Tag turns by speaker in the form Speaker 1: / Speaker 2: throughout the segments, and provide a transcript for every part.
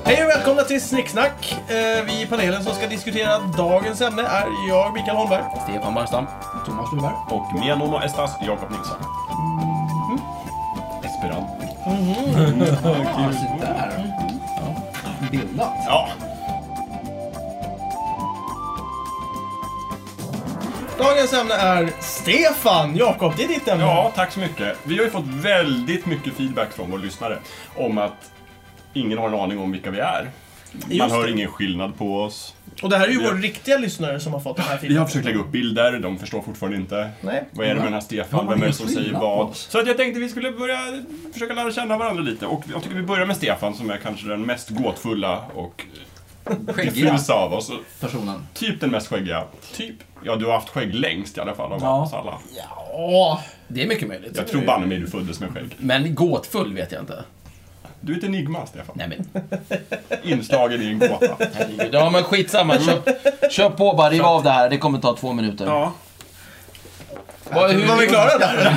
Speaker 1: Hej och välkomna till Snicksnack. Vi i panelen som ska diskutera dagens ämne är jag, Mikael Holmberg,
Speaker 2: Stefan Barstam,
Speaker 3: Thomas Luberg
Speaker 4: och Menono Estas, Jakob Nilsson. Esperanto.
Speaker 3: Ja, sitt där. Ja. Bildat.
Speaker 4: Ja.
Speaker 1: Dagens ämne är Stefan. Jakob, det är ditt ämne.
Speaker 4: Ja, tack så mycket. Vi har ju fått väldigt mycket feedback från våra lyssnare om att ingen har en aning om vilka vi är. Man hör ingen skillnad på oss.
Speaker 1: Och det här är ju våra riktiga lyssnare som har fått den här feedbacken.
Speaker 4: Vi har försökt lägga upp bilder, de förstår fortfarande inte.
Speaker 1: Nej.
Speaker 4: Vad är det med den här Stefan? Vem är det som säger vad? Så att jag tänkte vi skulle börja försöka lära känna varandra lite. Och jag tycker vi börjar med Stefan som är kanske den mest gåtfulla och diffusa av oss.
Speaker 3: Personen.
Speaker 4: Typ den mest skäggiga.
Speaker 1: Typ.
Speaker 4: Ja, du har haft skägg längst i alla fall av oss alla.
Speaker 1: Ja.
Speaker 2: det är mycket möjligt.
Speaker 4: Jag tror banne mig du föddes med skägg.
Speaker 2: Men gåtfull vet jag inte.
Speaker 4: Du är ett enigma, Stefan.
Speaker 2: Nej men,
Speaker 4: Inslagen i en gåta.
Speaker 2: herregud. Ja men skitsamma. Kör på bara, riv av det här. Det kommer ta 2 minuter.
Speaker 4: Ja.
Speaker 1: Hur var vi klara där?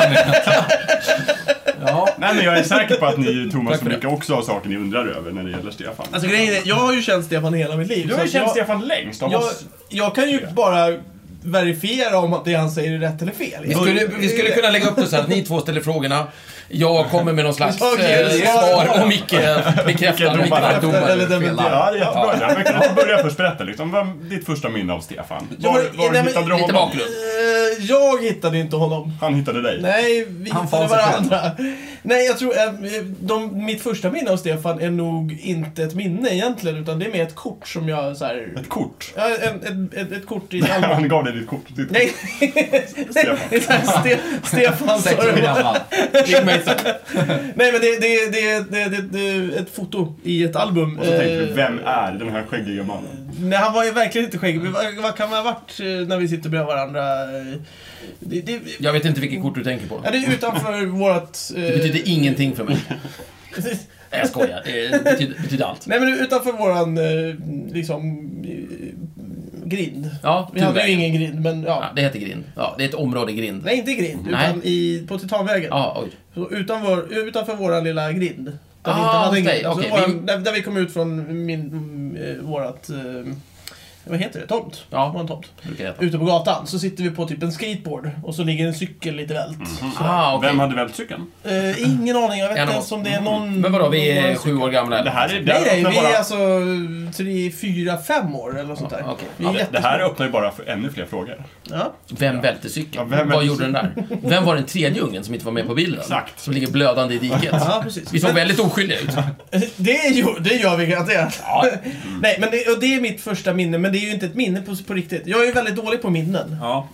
Speaker 3: Ja.
Speaker 4: Nej, men jag är säker på att ni, Thomas och Micke, också har saker ni undrar över när det gäller Stefan.
Speaker 1: Alltså grejen är, jag har ju känt Stefan hela mitt liv.
Speaker 4: Du har ju
Speaker 1: så
Speaker 4: känt
Speaker 1: jag,
Speaker 4: Stefan längst av oss.
Speaker 1: jag kan ju bara verifiera om att det han säger är rätt eller fel.
Speaker 2: Vi skulle kunna lägga upp det så här att ni två ställer frågorna. Jag kommer med någon slags svar och Micke bekräftar om Micke är domare.
Speaker 1: Eller dementerar.
Speaker 4: Ja, det är jättebra. Men kan du börja först berätta liksom, vad ditt första minne av Stefan? Var hittade du
Speaker 2: Lite
Speaker 4: honom?
Speaker 2: bakgrund.
Speaker 1: Jag hittade inte honom.
Speaker 4: Han hittade dig.
Speaker 1: Nej, vi
Speaker 3: Han
Speaker 1: hittade
Speaker 3: fann sig
Speaker 1: varandra. Nej, jag tror mitt första minne av Stefan är nog inte ett minne egentligen, utan det är med ett kort som jag så här.
Speaker 4: Ett kort?
Speaker 1: Ja, ett kort i ett album.
Speaker 4: Han gav dig ditt kort.
Speaker 1: Nej,
Speaker 4: Stefan.
Speaker 1: det är så här Stefan.
Speaker 3: 6 år gammal.
Speaker 1: Nej, men det är ett foto i ett album.
Speaker 4: Och så tänkte du, vem är den här skäggiga mannen?
Speaker 1: Nej, han var ju verkligen inte skäggig. Vad kan man ha varit när vi sitter bredvid varandra?
Speaker 2: Jag vet inte vilket kort du tänker på.
Speaker 1: Ja, det är utanför vårat...
Speaker 2: Det betyder ingenting för mig. Nej, jag skojar. Det betyder allt.
Speaker 1: Nej, men utanför våran liksom grind.
Speaker 2: Ja,
Speaker 1: Vi hade ju
Speaker 2: turvägen.
Speaker 1: ingen grind, men ja.
Speaker 2: Ja, det heter grind. Ja, det är ett område grind.
Speaker 1: Nej, inte grind,
Speaker 2: Nej.
Speaker 1: utan på Titanvägen.
Speaker 2: Ja, oj.
Speaker 1: Så utanför våran lilla grind. Där vi
Speaker 2: Ah,
Speaker 1: inte hade en
Speaker 2: okej,
Speaker 1: grind.
Speaker 2: okej.
Speaker 1: Så där vi kom ut från vårat... vad heter det? Tomt.
Speaker 2: Ja.
Speaker 1: Våran tomt.
Speaker 2: Brukar det heta.
Speaker 1: Ute på gatan så sitter vi på typ en skateboard och så ligger en cykel lite vält.
Speaker 2: Ah, okej.
Speaker 4: Vem hade vält cykeln?
Speaker 1: Ingen aning, jag vet
Speaker 2: En
Speaker 1: inte
Speaker 2: av
Speaker 1: ens om det är någon...
Speaker 2: Men vadå, vi är 7 år gamla eller?
Speaker 4: Det här är...
Speaker 1: Nej, vi är
Speaker 4: bara...
Speaker 1: alltså 3, 4, 5 år eller något sånt där.
Speaker 2: Ja, okej.
Speaker 1: Vi är
Speaker 4: Det här
Speaker 1: jättesmå.
Speaker 4: öppnar ju bara för ännu fler frågor.
Speaker 1: Ja.
Speaker 2: Vem välte cykeln?
Speaker 4: Ja, vem
Speaker 2: Vad
Speaker 4: välte
Speaker 2: gjorde den där? Vem var den tredje ungen som inte var med på bilden?
Speaker 4: Exakt.
Speaker 2: Som ligger blödande i diket.
Speaker 1: Ja, precis.
Speaker 2: Vi såg
Speaker 1: Men-
Speaker 2: väldigt oskyldiga ut.
Speaker 1: Det gör vi garanterat.
Speaker 2: Ja.
Speaker 1: Nej, men det är mitt första minne, men det är ju inte ett minne på riktigt. Jag är ju väldigt dålig på minnen.
Speaker 4: Ja.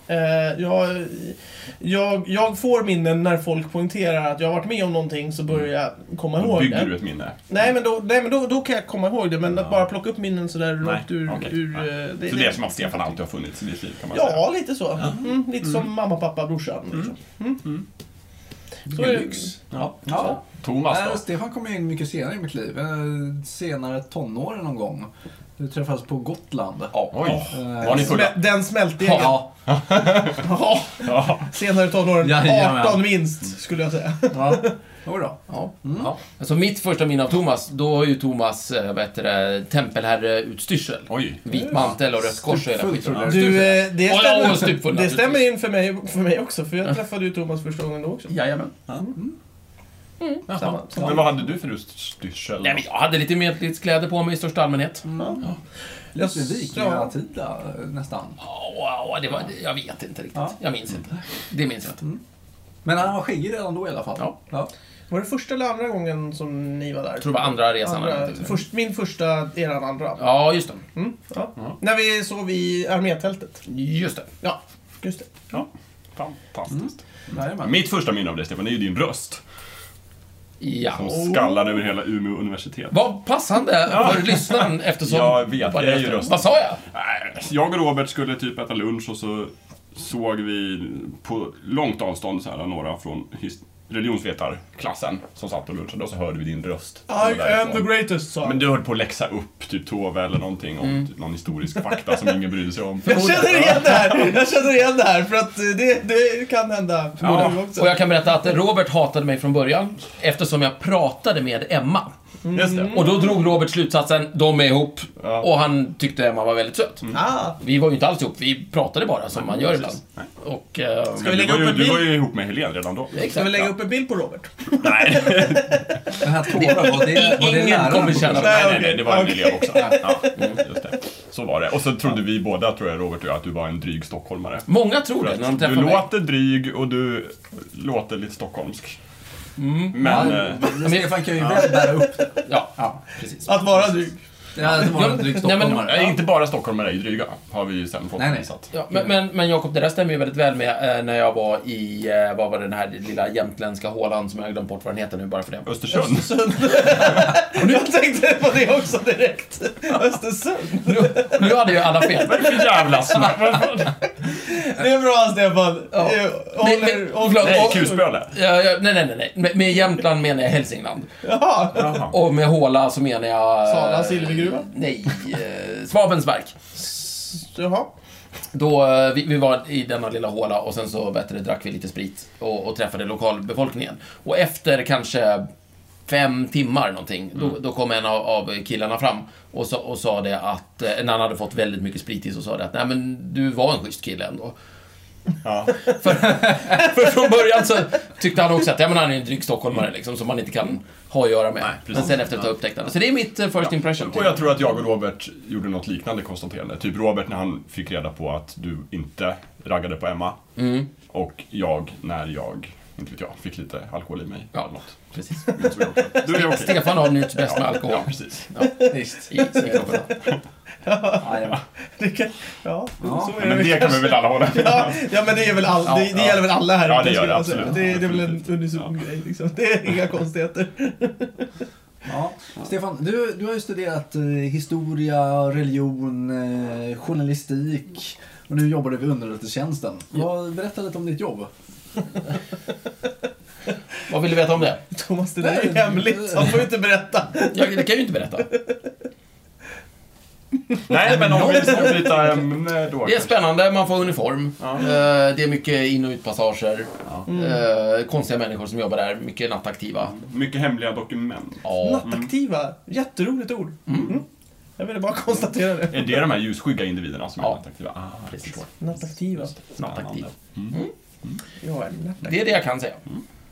Speaker 1: Jag får minnen när folk poängterar att jag har varit med om någonting, så börjar jag komma
Speaker 4: Då
Speaker 1: ihåg
Speaker 4: bygger
Speaker 1: det.
Speaker 4: du ett minne.
Speaker 1: Nej, men då kan jag komma ihåg det, men att bara plocka upp minnen sådär rakt ur...
Speaker 4: okej.
Speaker 1: ur
Speaker 4: Så det är som att Stefan alltid har funnits i ditt liv, kan man säga.
Speaker 1: Ja, lite så. Lite som mamma, pappa, brorsan. Liksom. Så är det.
Speaker 4: Ja.
Speaker 3: Ja.
Speaker 4: Thomas då?
Speaker 3: Stefan kom in mycket senare i mitt liv. Senare tonåren någon gång. Vi träffades på Gotland.
Speaker 4: Oj. Var ni fulla?
Speaker 1: Den smälte
Speaker 3: Ja.
Speaker 1: Ja. Senare tonåren.
Speaker 3: Jajamän.
Speaker 1: 18 minst, skulle jag säga.
Speaker 3: Ja. Jodå.
Speaker 2: Ja. Ja. Alltså mitt första minne av Thomas, då har ju Thomas, tempelherreutstyrsel.
Speaker 4: Oj.
Speaker 2: Vit mantel och rött kors och hela
Speaker 3: Stupfull, tror
Speaker 2: skiten.
Speaker 3: jag.
Speaker 1: Du,
Speaker 2: Och stupfull,
Speaker 1: det
Speaker 2: naturligtvis.
Speaker 1: stämmer in för mig också, för jag träffade ju Thomas första gången då också.
Speaker 2: Jajamän.
Speaker 1: Samma.
Speaker 4: Men vad hade du för utstyrsel?
Speaker 2: Nej, men jag hade lite medeltidskläder på mig i största allmänhet.
Speaker 3: Lite vikingatida nästan.
Speaker 2: Ja, det var, jag vet inte riktigt.
Speaker 3: Ja.
Speaker 2: Jag minns inte. Det minns jag inte.
Speaker 3: Men han var skäggig redan då i alla fall.
Speaker 2: Ja.
Speaker 1: Var det första eller andra gången som ni var där?
Speaker 2: Jag tror det var andra resan. eller någonting.
Speaker 1: Min första, eran andra.
Speaker 2: Ja, just det.
Speaker 1: Ja. När vi sov i armétältet.
Speaker 2: Just det.
Speaker 1: Ja, just det.
Speaker 4: Ja. Fantastiskt.
Speaker 3: Jajamän.
Speaker 4: Mitt första minne av det, Stefan, är ju din röst.
Speaker 2: Ja.
Speaker 4: Som skallade över hela Umeå universitet.
Speaker 2: Vad passande för lyssnaren eftersom...
Speaker 4: Jag vet, det är ju rösten.
Speaker 2: Vad sa jag?
Speaker 4: Nej, jag och Robert skulle typ äta lunch och så såg vi på långt avstånd så här, några från religionsvetarklassen som satt och lunchade och så hörde vi din röst.
Speaker 1: I am the greatest, sa
Speaker 4: Men du höll på att läxa upp typ Tove eller någonting om typ någon historisk fakta som ingen brydde sig om.
Speaker 1: Jag känner igen det här för att det kan hända förmodligen också.
Speaker 2: Och jag kan berätta att Robert hatade mig från början eftersom jag pratade med Emma.
Speaker 4: Just det.
Speaker 2: Och då drog Robert slutsatsen, de är ihop.
Speaker 4: Ja.
Speaker 2: Och han tyckte Emma var väldigt söt. Vi var ju inte alls ihop, vi pratade bara som man gör ibland. Och,
Speaker 1: Ska vi lägga upp en
Speaker 4: Du var
Speaker 1: bild?
Speaker 4: ju ihop med Helene redan då.
Speaker 1: Ska vi lägga upp en bild på Robert?
Speaker 4: Nej.
Speaker 3: Den här tåran, var det
Speaker 2: Ingen
Speaker 3: läraren?
Speaker 2: kommer känna
Speaker 4: Nej, det var en elev också. Ja, just det. Så var det. Och så trodde vi båda, tror jag, Robert och jag, att du var en dryg stockholmare.
Speaker 2: Många tror det när de
Speaker 4: Du
Speaker 2: träffar mig.
Speaker 4: låter dryg och du låter lite stockholmsk. Men...
Speaker 3: Stefan kan ju väl bära upp det.
Speaker 2: Ja, precis.
Speaker 1: Att vara dryg.
Speaker 3: Ja, det var en dryg stockholmare.
Speaker 4: Nej, inte bara stockholmare är dryga, har vi ju sen fått visat.
Speaker 2: Ja, men Jakob, det där stämmer ju väldigt väl med när jag var i, vad var den här lilla jämtländska hålan som jag har glömt bort vad den heter nu bara för det.
Speaker 4: Östersund.
Speaker 1: Jag tänkte på det också direkt. Östersund.
Speaker 2: Nu hade ju alla fel.
Speaker 4: Vad är det för jävla snack?
Speaker 1: Det är bra, Stefan.
Speaker 4: Nej, Kusböle.
Speaker 2: Nej. Med Jämtland menar jag Hälsingland.
Speaker 1: Jaha.
Speaker 2: Och med håla så menar jag...
Speaker 1: Sala silvergruva?
Speaker 2: Nej, Svavensverk.
Speaker 1: Jaha.
Speaker 2: Då vi var i denna lilla håla och sen så drack vi lite sprit och träffade lokalbefolkningen. Och efter kanske 5 timmar någonting, då kom en av killarna fram och sa det att, när han hade fått väldigt mycket sprit i, så sa det att nej men du var en schysst kille ändå.
Speaker 4: Ja.
Speaker 2: För från början så tyckte han också att han är en dryg stockholmare liksom, som man inte kan ha att göra med. Men sen efter att ha upptäckt det. Så det är mitt first impression.
Speaker 4: Och jag tror att jag och Robert gjorde något liknande konstaterande. Typ Robert när han fick reda på att du inte raggade på Emma. Och jag när jag, inte vet jag, fick lite alkohol i mig.
Speaker 2: Ja,
Speaker 4: eller något.
Speaker 2: Precis.
Speaker 4: Du är okej.
Speaker 2: Stefan har nytt bäst med alkohol.
Speaker 4: Ja, precis.
Speaker 3: Visst.
Speaker 2: I kroppen.
Speaker 1: Det kan, så är
Speaker 4: Men det kan vi väl alla hålla med.
Speaker 1: Ja, men det är väl det gäller väl alla här.
Speaker 4: Ja, det gör det, absolut.
Speaker 1: Det är väl en unison grej liksom. Det är inga konstigheter.
Speaker 3: Ja. Stefan, du har ju studerat historia, religion, journalistik och nu jobbar du vid underrättelsetjänsten. Berätta lite om ditt jobb.
Speaker 2: Vad vill du veta om det?
Speaker 1: Thomas, det där är ju hemligt. Han får ju inte berätta.
Speaker 2: Det kan jag ju inte berätta.
Speaker 4: Nej, men om vi ska byta ämne då.
Speaker 2: Det är spännande, man får uniform. Det är mycket in- och utpassager. Konstiga människor som jobbar där, mycket nattaktiva.
Speaker 4: Mycket hemliga dokument.
Speaker 1: Nattaktiva. Jätteroligt ord. Jag ville bara konstatera det.
Speaker 4: Är det de här ljusskygga individerna som är nattaktiva?
Speaker 2: Precis.
Speaker 1: Nattaktiva.
Speaker 2: Nattaktiv.
Speaker 1: Jag är nattaktiv.
Speaker 2: Det är det jag kan säga.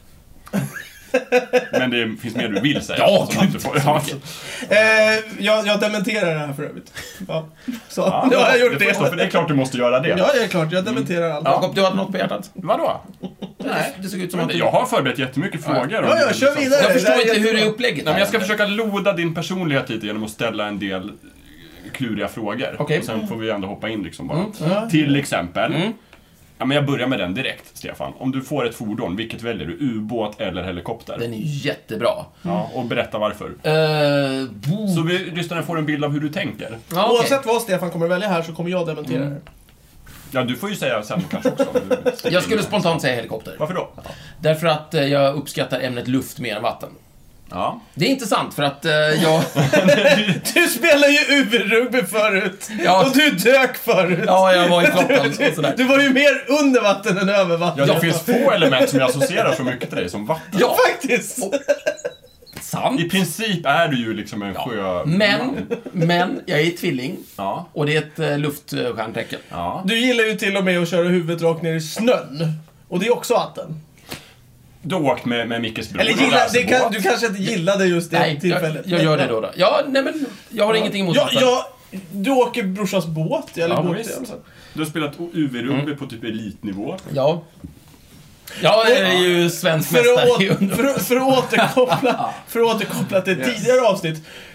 Speaker 4: Men det finns mer du vill säga.
Speaker 2: Ja,
Speaker 4: som du inte får.
Speaker 1: Jag dementerar det här för övrigt. Så, nu har jag gjort det.
Speaker 4: För det är klart du måste göra det.
Speaker 1: Ja, det är klart. Jag dementerar allt.
Speaker 2: Jakob, du hade något på hjärtat?
Speaker 4: Vadå?
Speaker 2: Nej, det såg ut som att
Speaker 4: Jag har förberett jättemycket frågor.
Speaker 1: Ja, kör vidare.
Speaker 2: Jag förstår
Speaker 1: Det är
Speaker 2: inte hur det är
Speaker 1: jättebra.
Speaker 2: upplägget.
Speaker 4: Nej, men jag ska försöka loda din personlighet lite genom att ställa en del kluriga frågor.
Speaker 2: Okej.
Speaker 4: Och sen får vi ändå hoppa in liksom bara. Till exempel. Ja, men jag börjar med den direkt, Stefan. Om du får ett fordon, vilket väljer du? Ubåt eller helikopter?
Speaker 2: Den är ju jättebra.
Speaker 4: Ja, och berätta varför. Så vi lyssnarna får en bild av hur du tänker.
Speaker 2: Ja, okej.
Speaker 1: Oavsett vad Stefan kommer välja här så kommer jag dementera det.
Speaker 4: Ja, du får ju säga sen kanske också.
Speaker 2: Jag skulle spontant säga helikopter.
Speaker 4: Varför då?
Speaker 2: Därför att jag uppskattar ämnet luft mer än vatten.
Speaker 4: Ja.
Speaker 2: Det är inte sant för att jag...
Speaker 1: Du spelar ju UV-rugby förut.
Speaker 2: Ja.
Speaker 1: Och du dök förut.
Speaker 2: Ja, jag var i flottan och sådär.
Speaker 1: Du var ju mer under vatten än över vatten.
Speaker 4: Ja, det finns få element som jag associerar så mycket till dig som vatten.
Speaker 2: Ja,
Speaker 1: Faktiskt.
Speaker 2: sant.
Speaker 4: I princip är du ju liksom en sjö...
Speaker 2: Men jag är tvilling.
Speaker 4: Ja.
Speaker 2: Och det är ett luftstjärntecken.
Speaker 4: Ja.
Speaker 1: Du gillar ju till och med att köra huvudet rakt ner i snön. Och det är också vatten.
Speaker 4: Du har åkt med Mickes bror.
Speaker 1: Eller du kanske inte gillade just det
Speaker 2: Nej,
Speaker 1: tillfället.
Speaker 2: jag gör det då. Ja, nej men jag har ingenting emot vatten.
Speaker 1: Du åker brorsans båt. Eller
Speaker 2: Ja,
Speaker 1: båt
Speaker 4: visst.
Speaker 1: alltså.
Speaker 4: Du har spelat UV-rugby på typ elitnivå.
Speaker 2: Ja. Jag är ju svensk mästare i under.
Speaker 1: För att återkoppla till ett tidigare avsnitt.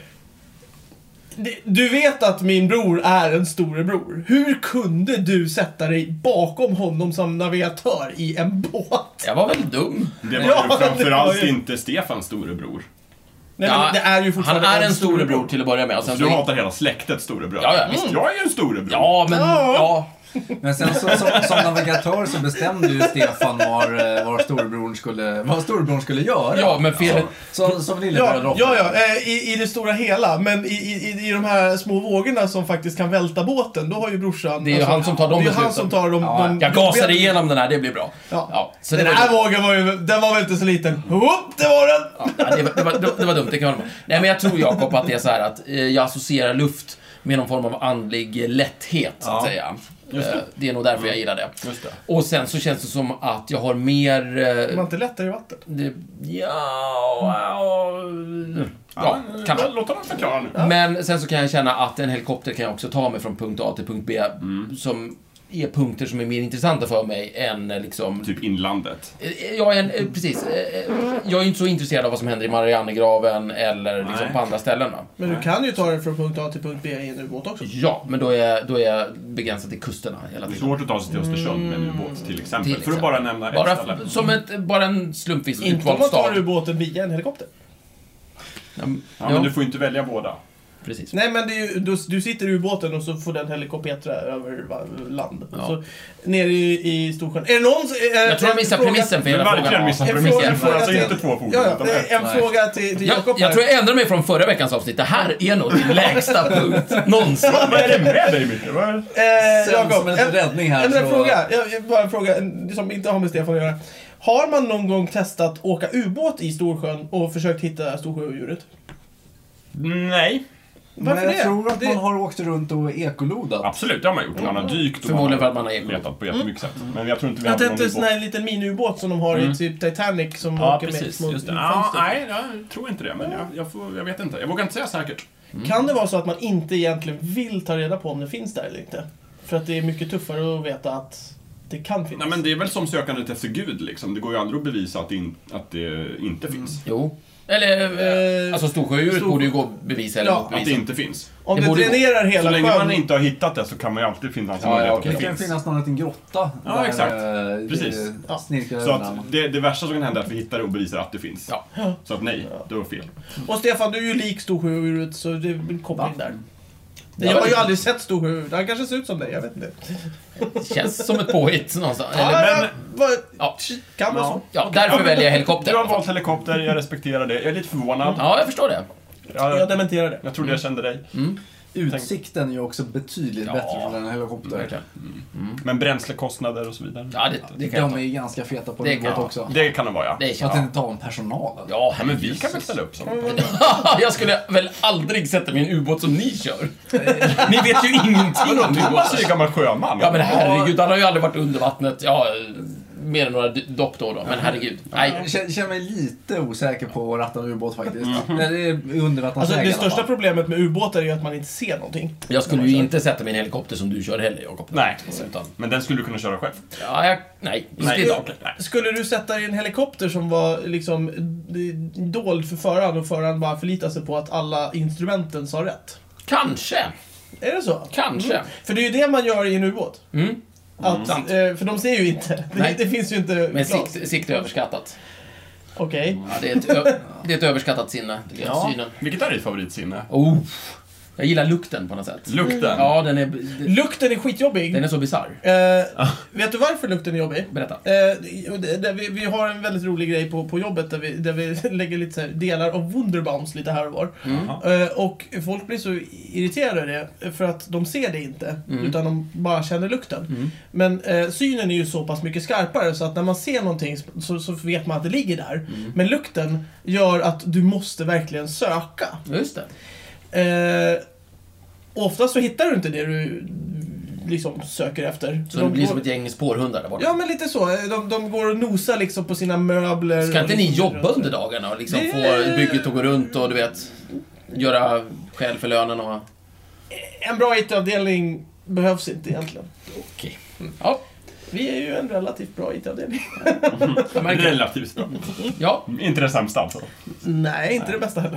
Speaker 1: Du vet att min bror är en storebror. Hur kunde du sätta dig bakom honom som navigatör i en båt?
Speaker 2: Jag var väl dum.
Speaker 4: Det var
Speaker 1: Ja,
Speaker 4: ju framförallt
Speaker 1: det var ju-
Speaker 4: inte Stefans storebror.
Speaker 1: Nej, men det är ju fortfarande
Speaker 2: han är en storebror till att börja med. Och sen
Speaker 4: Du
Speaker 2: så...
Speaker 4: hatar hela släktet storebror.
Speaker 2: Ja, visst.
Speaker 4: Jag är ju en storebror.
Speaker 2: Ja, men... Ja.
Speaker 3: Men sen som navigatör så bestämde ju Stefan vad storebror skulle göra.
Speaker 2: Ja, men felet...
Speaker 3: Som lillebror.
Speaker 1: I det stora hela. Men i de här små vågorna som faktiskt kan välta båten, då har ju brorsan...
Speaker 2: Det är ju han som tar de besluten.
Speaker 1: Det är han som tar de
Speaker 2: jag gasar igenom den här, det blir bra.
Speaker 1: Så den här vågen var väl inte så liten. Det var den!
Speaker 2: Det var dumt, det kan man... Nej, men jag tror, Jakob, att det är så här att jag associerar luft med någon form av andlig lätthet, så att säga. Det är nog därför jag gillar det.
Speaker 4: Just det.
Speaker 2: Och sen så känns det som att jag har mer...
Speaker 1: Det var inte lättare i vatten.
Speaker 2: Kan man.
Speaker 4: Låt honom förklara nu.
Speaker 2: Men sen så kan jag känna att en helikopter kan jag också ta mig från punkt A till punkt B, som är punkter som är mer intressanta för mig än liksom...
Speaker 4: Typ inlandet.
Speaker 2: Precis. Jag är inte så intresserad av vad som händer i Marianergraven eller liksom på andra ställen. Va?
Speaker 1: Men du kan ju ta dig från punkt A till punkt B i en ubåt också.
Speaker 2: Ja, men då är jag begränsad till kusterna hela
Speaker 4: Det är
Speaker 2: tiden.
Speaker 4: svårt att ta sig till Östersund med en ubåt till exempel. För att bara nämna ett ställe.
Speaker 2: Bara en slumpvis
Speaker 1: Inte om
Speaker 2: utvald
Speaker 1: man tar
Speaker 2: stad.
Speaker 1: ubåten via en helikopter.
Speaker 4: Men du får inte välja båda.
Speaker 2: Precis.
Speaker 1: Nej, men det är ju, du sitter i ubåten och så får den helikoptera över land.
Speaker 2: Ja.
Speaker 1: Så ner i Storsjön. Är det någon...
Speaker 2: Jag tror jag missar premissen för hela frågan.
Speaker 4: Du får alltså inte 2 fordon.
Speaker 1: En fråga till Jakob.
Speaker 2: Jag tror jag ändrar mig från förra veckans avsnitt. Det här är nog din lägsta punkt någonsin.
Speaker 4: Vad är det med dig, Micke?
Speaker 1: Jakob,
Speaker 3: en räddning här.
Speaker 1: Bara en fråga som inte har med Stefan att göra. Har man någon gång testat åka ubåt i Storsjön och försökt hitta Storsjöodjuret?
Speaker 4: Nej.
Speaker 1: Varför
Speaker 3: men jag
Speaker 1: det?
Speaker 3: tror att man har åkt runt och ekolodat.
Speaker 4: Absolut, det har man gjort. Man har dykt och
Speaker 2: förmodligen för att man har
Speaker 4: letat på jättemycket sätt. Men jag tror inte vi
Speaker 1: jag
Speaker 4: har någon
Speaker 1: tänkte en sån
Speaker 4: ubåt.
Speaker 1: här liten miniubåt som de har i typ Titanic som åker med små
Speaker 4: just det.
Speaker 1: fönster.
Speaker 4: Nej, jag tror inte det. Men jag vet inte. Jag vågar inte säga säkert.
Speaker 1: Kan det vara så att man inte egentligen vill ta reda på om det finns där eller inte? För att det är mycket tuffare att veta att det kan finnas.
Speaker 4: Nej, men det är väl som sökandet efter Gud liksom. Det går ju aldrig att bevisa att det inte finns.
Speaker 2: Jo. Eller, alltså Storsjöodjuret borde ju gå bevisa eller
Speaker 4: att det inte finns.
Speaker 1: Om det dränerar hela
Speaker 4: så länge
Speaker 1: sjön.
Speaker 4: man inte har hittat det så kan man ju alltid finna en möjlighet att det
Speaker 3: Det kan
Speaker 4: finns.
Speaker 3: finnas någon liten grotta.
Speaker 4: Ja,
Speaker 3: där,
Speaker 4: exakt. Precis.
Speaker 3: Snirklar
Speaker 4: Så
Speaker 3: undan.
Speaker 4: att det värsta som kan hända är att vi hittar det och bevisar att det finns.
Speaker 2: Ja.
Speaker 4: Så att nej, det var fel.
Speaker 1: Och Stefan, du är ju lik Storsjöodjuret så det är en koppling där.
Speaker 2: Ja,
Speaker 1: Jag har ju aldrig sett Storsjöodjuret. Han kanske ser ut som dig, jag vet inte.
Speaker 2: Känns som ett påhitt någonstans.
Speaker 1: Kan vara så.
Speaker 2: Ja, därför väljer jag helikopter.
Speaker 4: Du har valt helikopter, jag respekterar det. Jag är lite förvånad.
Speaker 2: Ja, jag förstår det.
Speaker 1: Jag dementerar det.
Speaker 4: Jag trodde jag kände dig.
Speaker 3: Utsikten är ju också betydligt bättre från en helikopter.
Speaker 2: Verkligen.
Speaker 4: Men bränslekostnader och så vidare.
Speaker 2: Ja, det kan jag
Speaker 3: De
Speaker 2: ta.
Speaker 3: är ju ganska feta på
Speaker 2: Det
Speaker 3: det
Speaker 2: kan-
Speaker 3: också.
Speaker 4: Det kan det vara, ja.
Speaker 2: Det
Speaker 3: Så att
Speaker 2: kan
Speaker 3: det inte tar en personal.
Speaker 2: Ja,
Speaker 4: Men vi kan väl ställa upp som.
Speaker 2: jag skulle väl aldrig sätta mig i en ubåt som ni kör. Ni vet ju ingenting om
Speaker 4: Thomas är ju
Speaker 2: ubåtar.
Speaker 4: gammal sjöman.
Speaker 2: Ja, men herregud, han har ju aldrig varit under vattnet. Ja, mer än några dopp då. Men herregud. Nej.
Speaker 3: Jag känner mig lite osäker på att ratta en ubåt faktiskt. När det är undervattensläge
Speaker 1: Alltså det
Speaker 3: i alla
Speaker 1: största
Speaker 3: fall.
Speaker 1: problemet med ubåtar är ju att man inte ser någonting.
Speaker 2: Jag skulle ju inte sätta mig i en helikopter som du kör heller, Jakob.
Speaker 4: Nej,
Speaker 2: Utan,
Speaker 4: men den skulle du kunna köra själv.
Speaker 2: ja, nej, inte
Speaker 4: Nej,
Speaker 2: idag.
Speaker 4: okej, nej.
Speaker 1: Skulle du sätta dig i en helikopter som var liksom dold för föraren och föraren bara förlitar sig på att alla instrumenten sa rätt?
Speaker 2: Kanske.
Speaker 1: Är det så?
Speaker 2: Kanske.
Speaker 1: För det är ju det man gör i en ubåt. Att,
Speaker 2: Sant.
Speaker 1: för de ser ju inte.
Speaker 2: Nej.
Speaker 1: Det finns ju inte
Speaker 2: Men
Speaker 1: glas.
Speaker 2: sikt är överskattat.
Speaker 1: Okej.
Speaker 2: Ja, det är ett överskattat sinne, tycker jag.
Speaker 1: Ja.
Speaker 2: Synen.
Speaker 4: Vilket är ditt favoritsinne?
Speaker 2: Oh, jag gillar lukten på något sätt.
Speaker 4: Lukten?
Speaker 2: Ja, den är
Speaker 1: Lukten är skitjobbig.
Speaker 2: den är så bizarr.
Speaker 1: Vet du varför lukten är jobbig?
Speaker 2: Berätta.
Speaker 1: Vi har en väldigt rolig grej på jobbet där vi lägger lite så här delar av Wunderbaums lite här och var. Och folk blir så irriterade av det för att de ser det inte utan de bara känner lukten. Men synen är ju så pass mycket skarpare så att när man ser någonting så vet man att det ligger där. Men lukten gör att du måste verkligen söka.
Speaker 2: Just det.
Speaker 1: Ofta så hittar du inte det du liksom söker efter.
Speaker 2: Så det blir som ett gäng spårhundar där borta.
Speaker 1: Ja, men lite så. De går och nosar liksom på sina möbler.
Speaker 2: Ska inte
Speaker 1: och
Speaker 2: ni
Speaker 1: liksom
Speaker 2: jobba under dagarna och liksom
Speaker 1: Det-
Speaker 2: få bygget att gå runt och du vet, göra skäl för lönen och...
Speaker 1: En bra IT-avdelning behövs inte egentligen.
Speaker 2: Okej. Ja,
Speaker 1: Vi är ju en relativt bra IT-avdelning.
Speaker 2: jag märker.
Speaker 4: Relativt bra.
Speaker 2: Ja,
Speaker 4: Inte det sämsta alltså.
Speaker 1: Nej, inte det bästa heller.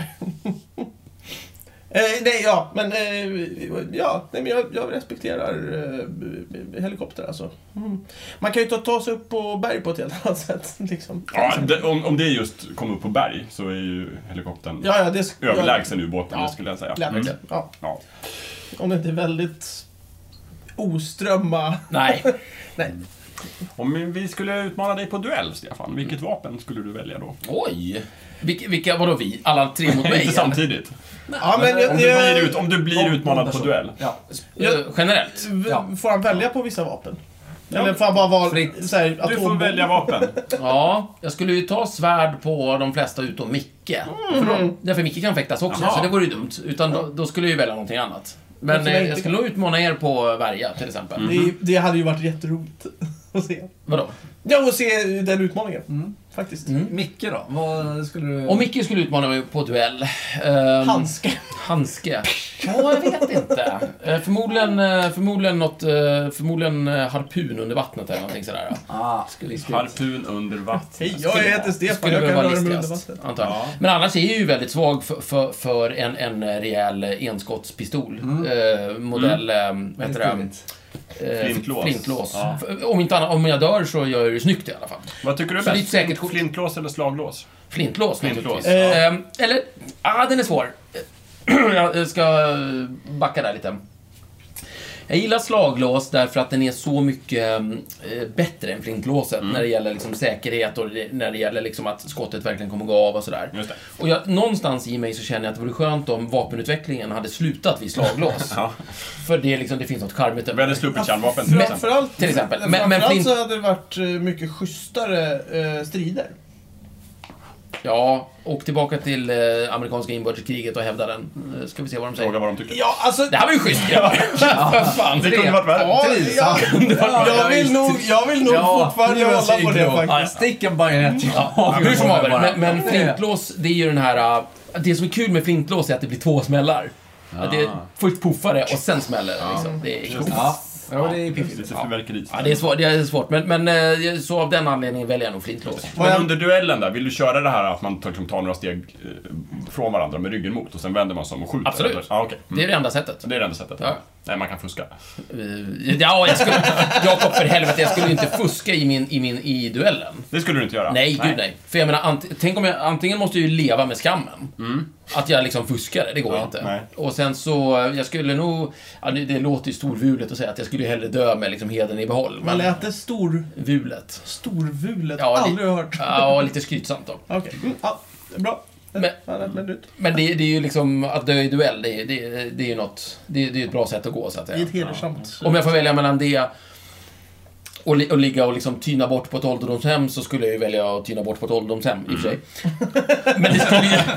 Speaker 1: Jag respekterar helikopter alltså. Man kan ju ta sig upp på berg på ett helt annat sätt. Liksom.
Speaker 4: Ja, om det just kommer upp på berg så är ju helikoptern
Speaker 1: Det
Speaker 4: överlägsen ubåten, det skulle jag säga.
Speaker 1: Lätt. Ja.
Speaker 4: Ja.
Speaker 1: Om det inte är väldigt oströmma.
Speaker 2: Nej.
Speaker 1: Nej.
Speaker 4: Om vi skulle utmana dig på duell, Stefan, vilket vapen skulle du välja då?
Speaker 2: Oj. Vilka vadå vi? Alla tre mot mig?
Speaker 4: Inte
Speaker 2: eller?
Speaker 4: samtidigt.
Speaker 1: Ja, men
Speaker 4: Om du blir utmanad på duell.
Speaker 3: Ja.
Speaker 2: Generellt.
Speaker 1: Får han välja på vissa vapen?
Speaker 4: Ja.
Speaker 1: Eller får han bara vara
Speaker 3: Fritt.
Speaker 1: så här,
Speaker 4: Du får
Speaker 1: atombomb?
Speaker 4: välja vapen.
Speaker 2: Ja, jag skulle ju ta svärd på de flesta utom Micke. Därför Micke kan fäktas också,
Speaker 4: Jaha.
Speaker 2: så det vore ju dumt. Utan då skulle jag ju välja någonting annat. Men
Speaker 1: som jag inte
Speaker 2: jag skulle nog utmana er på värja, till exempel.
Speaker 1: Det hade ju varit jätteroligt att se.
Speaker 2: Vadå?
Speaker 1: Ja, att se den utmaningen. Faktiskt.
Speaker 3: Micke då? Vad skulle du...
Speaker 2: Om Micke skulle utmana mig på duell...
Speaker 1: Handske.
Speaker 2: Handske? Ja, jag vet inte. Förmodligen harpun under vattnet eller någonting sådär.
Speaker 4: Harpun under vatten.
Speaker 1: Hej, jag heter Stefan.
Speaker 2: Skulle
Speaker 1: Jag
Speaker 2: väl
Speaker 1: kan
Speaker 2: vara
Speaker 1: röra mig under
Speaker 2: listigast,
Speaker 1: vattnet.
Speaker 2: antar jag.
Speaker 4: Ja.
Speaker 2: Men annars är jag ju väldigt svag för en rejäl enskottspistol. Modell, vad heter det?
Speaker 4: Flintlås.
Speaker 2: Flintlås.
Speaker 4: Ja.
Speaker 2: Om inte annat, om jag dör så gör jag det snyggt i alla fall.
Speaker 4: Vad tycker du är
Speaker 2: Så det är
Speaker 4: bäst?
Speaker 2: säkert kort.
Speaker 4: Flintlås eller slaglås?
Speaker 2: Flintlås,
Speaker 4: Flintlås.
Speaker 2: naturligtvis. Eller, den är svår. Jag ska backa där lite. Jag gillar slaglås därför att den är så mycket bättre än flintlåset när det gäller liksom säkerhet och när det gäller liksom att skottet verkligen kommer gå av och sådär.
Speaker 4: Just det.
Speaker 2: Och någonstans i mig så känner jag att det vore skönt om vapenutvecklingen hade slutat vid slaglås.
Speaker 4: Ja.
Speaker 2: För det finns något charmigt
Speaker 4: Vi hade sluppit kärnvapen till exempel.
Speaker 1: Framförallt,
Speaker 2: Till exempel.
Speaker 1: framförallt så hade det varit mycket schysstare strider.
Speaker 2: Ja, och tillbaka till amerikanska inbördeskriget och hävda den. Ska vi se vad de säger.
Speaker 4: Fråga vad de tycker.
Speaker 1: Ja, alltså...
Speaker 2: Det här var ju schysst, grabbar. Vad fan,
Speaker 4: Det kunde varit värre.
Speaker 1: Jag vill nog fortfarande hålla på det faktiskt.
Speaker 3: Stick en bajonett.
Speaker 2: Hur som haver, men flintlås, det är ju den här... Det som är kul med flintlås är att det blir 2 smällar. Att det är först puffare och sen sen liksom. Det är coolt.
Speaker 3: Ja, det är piffigt.
Speaker 4: Lite fyrverkeri.
Speaker 2: Ja, det är svårt. Men så av den anledningen väljer jag nog flintlås.
Speaker 4: Men under duellen där, vill du köra det här att man liksom tar några steg från varandra med ryggen mot och sen vänder man sig om och skjuter?
Speaker 2: Absolut.
Speaker 4: Eller? Ja, okej.
Speaker 2: Det är det enda sättet.
Speaker 4: Det är det enda sättet?
Speaker 2: Ja.
Speaker 4: Nej, man kan fuska.
Speaker 2: Ja, Jakob, för helvete, jag skulle ju inte fuska i duellen.
Speaker 4: Det skulle du inte göra?
Speaker 2: Nej, gud nej. För jag menar, tänk om jag antingen måste jag ju leva med skammen. Att jag liksom fuskade, det går inte.
Speaker 4: Nej.
Speaker 2: Och sen så, jag skulle nog... Ja, det låter ju storvulet att säga att jag skulle hellre dö med liksom heden i behåll.
Speaker 1: Man lät det
Speaker 2: Vulet.
Speaker 1: storvulet.
Speaker 2: Ja,
Speaker 1: Aldrig hört.
Speaker 2: Ja, lite skrytsamt då.
Speaker 1: Okej. Ja, bra.
Speaker 2: Men det är ju liksom, att dö i duell, det är ju något... Det är ju ett bra sätt att gå, så att
Speaker 1: Det
Speaker 2: säga.
Speaker 1: är ett hedersamt.
Speaker 2: Om jag får välja mellan det och ligga och liksom tyna bort på ett ålderdomshem, så skulle jag ju välja att tyna bort på ett ålderdomshem, i och för sig. Men det skulle ju...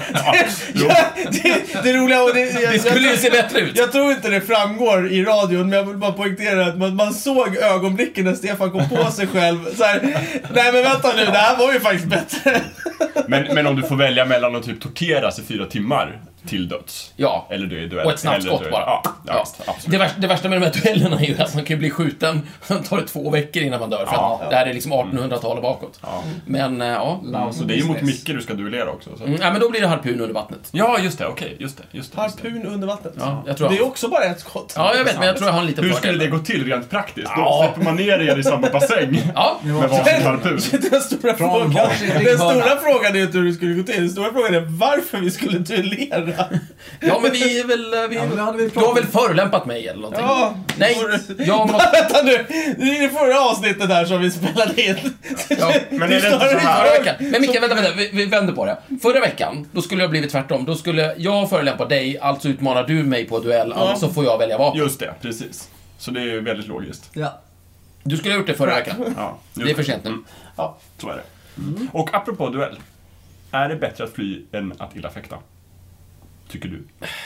Speaker 1: Det roliga och
Speaker 2: Det skulle ju se bättre ut.
Speaker 1: Jag tror inte det framgår i radion, men jag vill bara poängtera att man såg ögonblicken när Stefan kom på sig själv. Så här, nej men vänta nu, det här var ju faktiskt bättre.
Speaker 4: Men om du får välja mellan att typ torteras i 4 timmar till döds.
Speaker 2: Ja.
Speaker 4: Eller dö i duell.
Speaker 2: Och ett snabbt
Speaker 4: eller
Speaker 2: skott
Speaker 4: dö-
Speaker 2: bara.
Speaker 4: Ja, visst, absolut.
Speaker 2: Det värsta med de här duellerna är ju att man kan bli skjuten, sen tar det 2 veckor innan man dör. För att det här är liksom 1800-talet bakåt.
Speaker 4: Ja.
Speaker 2: Men, ja.
Speaker 4: Så det är ju mot Micke du ska duellera också. Så.
Speaker 2: Ja, men då blir det harpun under vattnet.
Speaker 4: Ja, just det. Okej, just det.
Speaker 1: Harpun under vattnet.
Speaker 2: Ja, jag tror
Speaker 1: Det är också bara ett skott.
Speaker 2: Ja, jag vet, men jag tror jag har en liten
Speaker 4: Hur
Speaker 2: fördel.
Speaker 4: skulle det gå till rent praktiskt? Då släpper man ner er i samma bassäng
Speaker 2: Ja,
Speaker 4: med varsin harpun.
Speaker 1: Den stora frågan. Den stora frågan är inte hur det skulle gå till. Den stora frågan är varför vi skulle duellera.
Speaker 2: ja, men vi är väl...
Speaker 3: men det hade vi
Speaker 2: Du
Speaker 3: pratat
Speaker 2: har väl förolämpat mig eller någonting?
Speaker 1: Ja.
Speaker 2: Nej, jag måste...
Speaker 1: Vänta nu. Det är det förra avsnittet där som vi spelade in.
Speaker 2: Ja,
Speaker 4: Men är det inte så
Speaker 2: förra
Speaker 4: här?
Speaker 2: veckan. Men Micke, vänta, vi vänder på det. Förra veckan, då skulle jag blivit tvärtom. Då skulle jag förolämpa dig, alltså utmanar du mig på duell, alltså får jag välja vapen.
Speaker 4: Just det, precis. Så det är ju väldigt logiskt.
Speaker 3: Ja.
Speaker 2: Du skulle ha gjort det förra veckan.
Speaker 4: Ja, just
Speaker 2: Det är för sent nu.
Speaker 1: Ja.
Speaker 4: Så är det. Och apropå duell. Är det bättre att fly än att illa fäkta? Tycker du?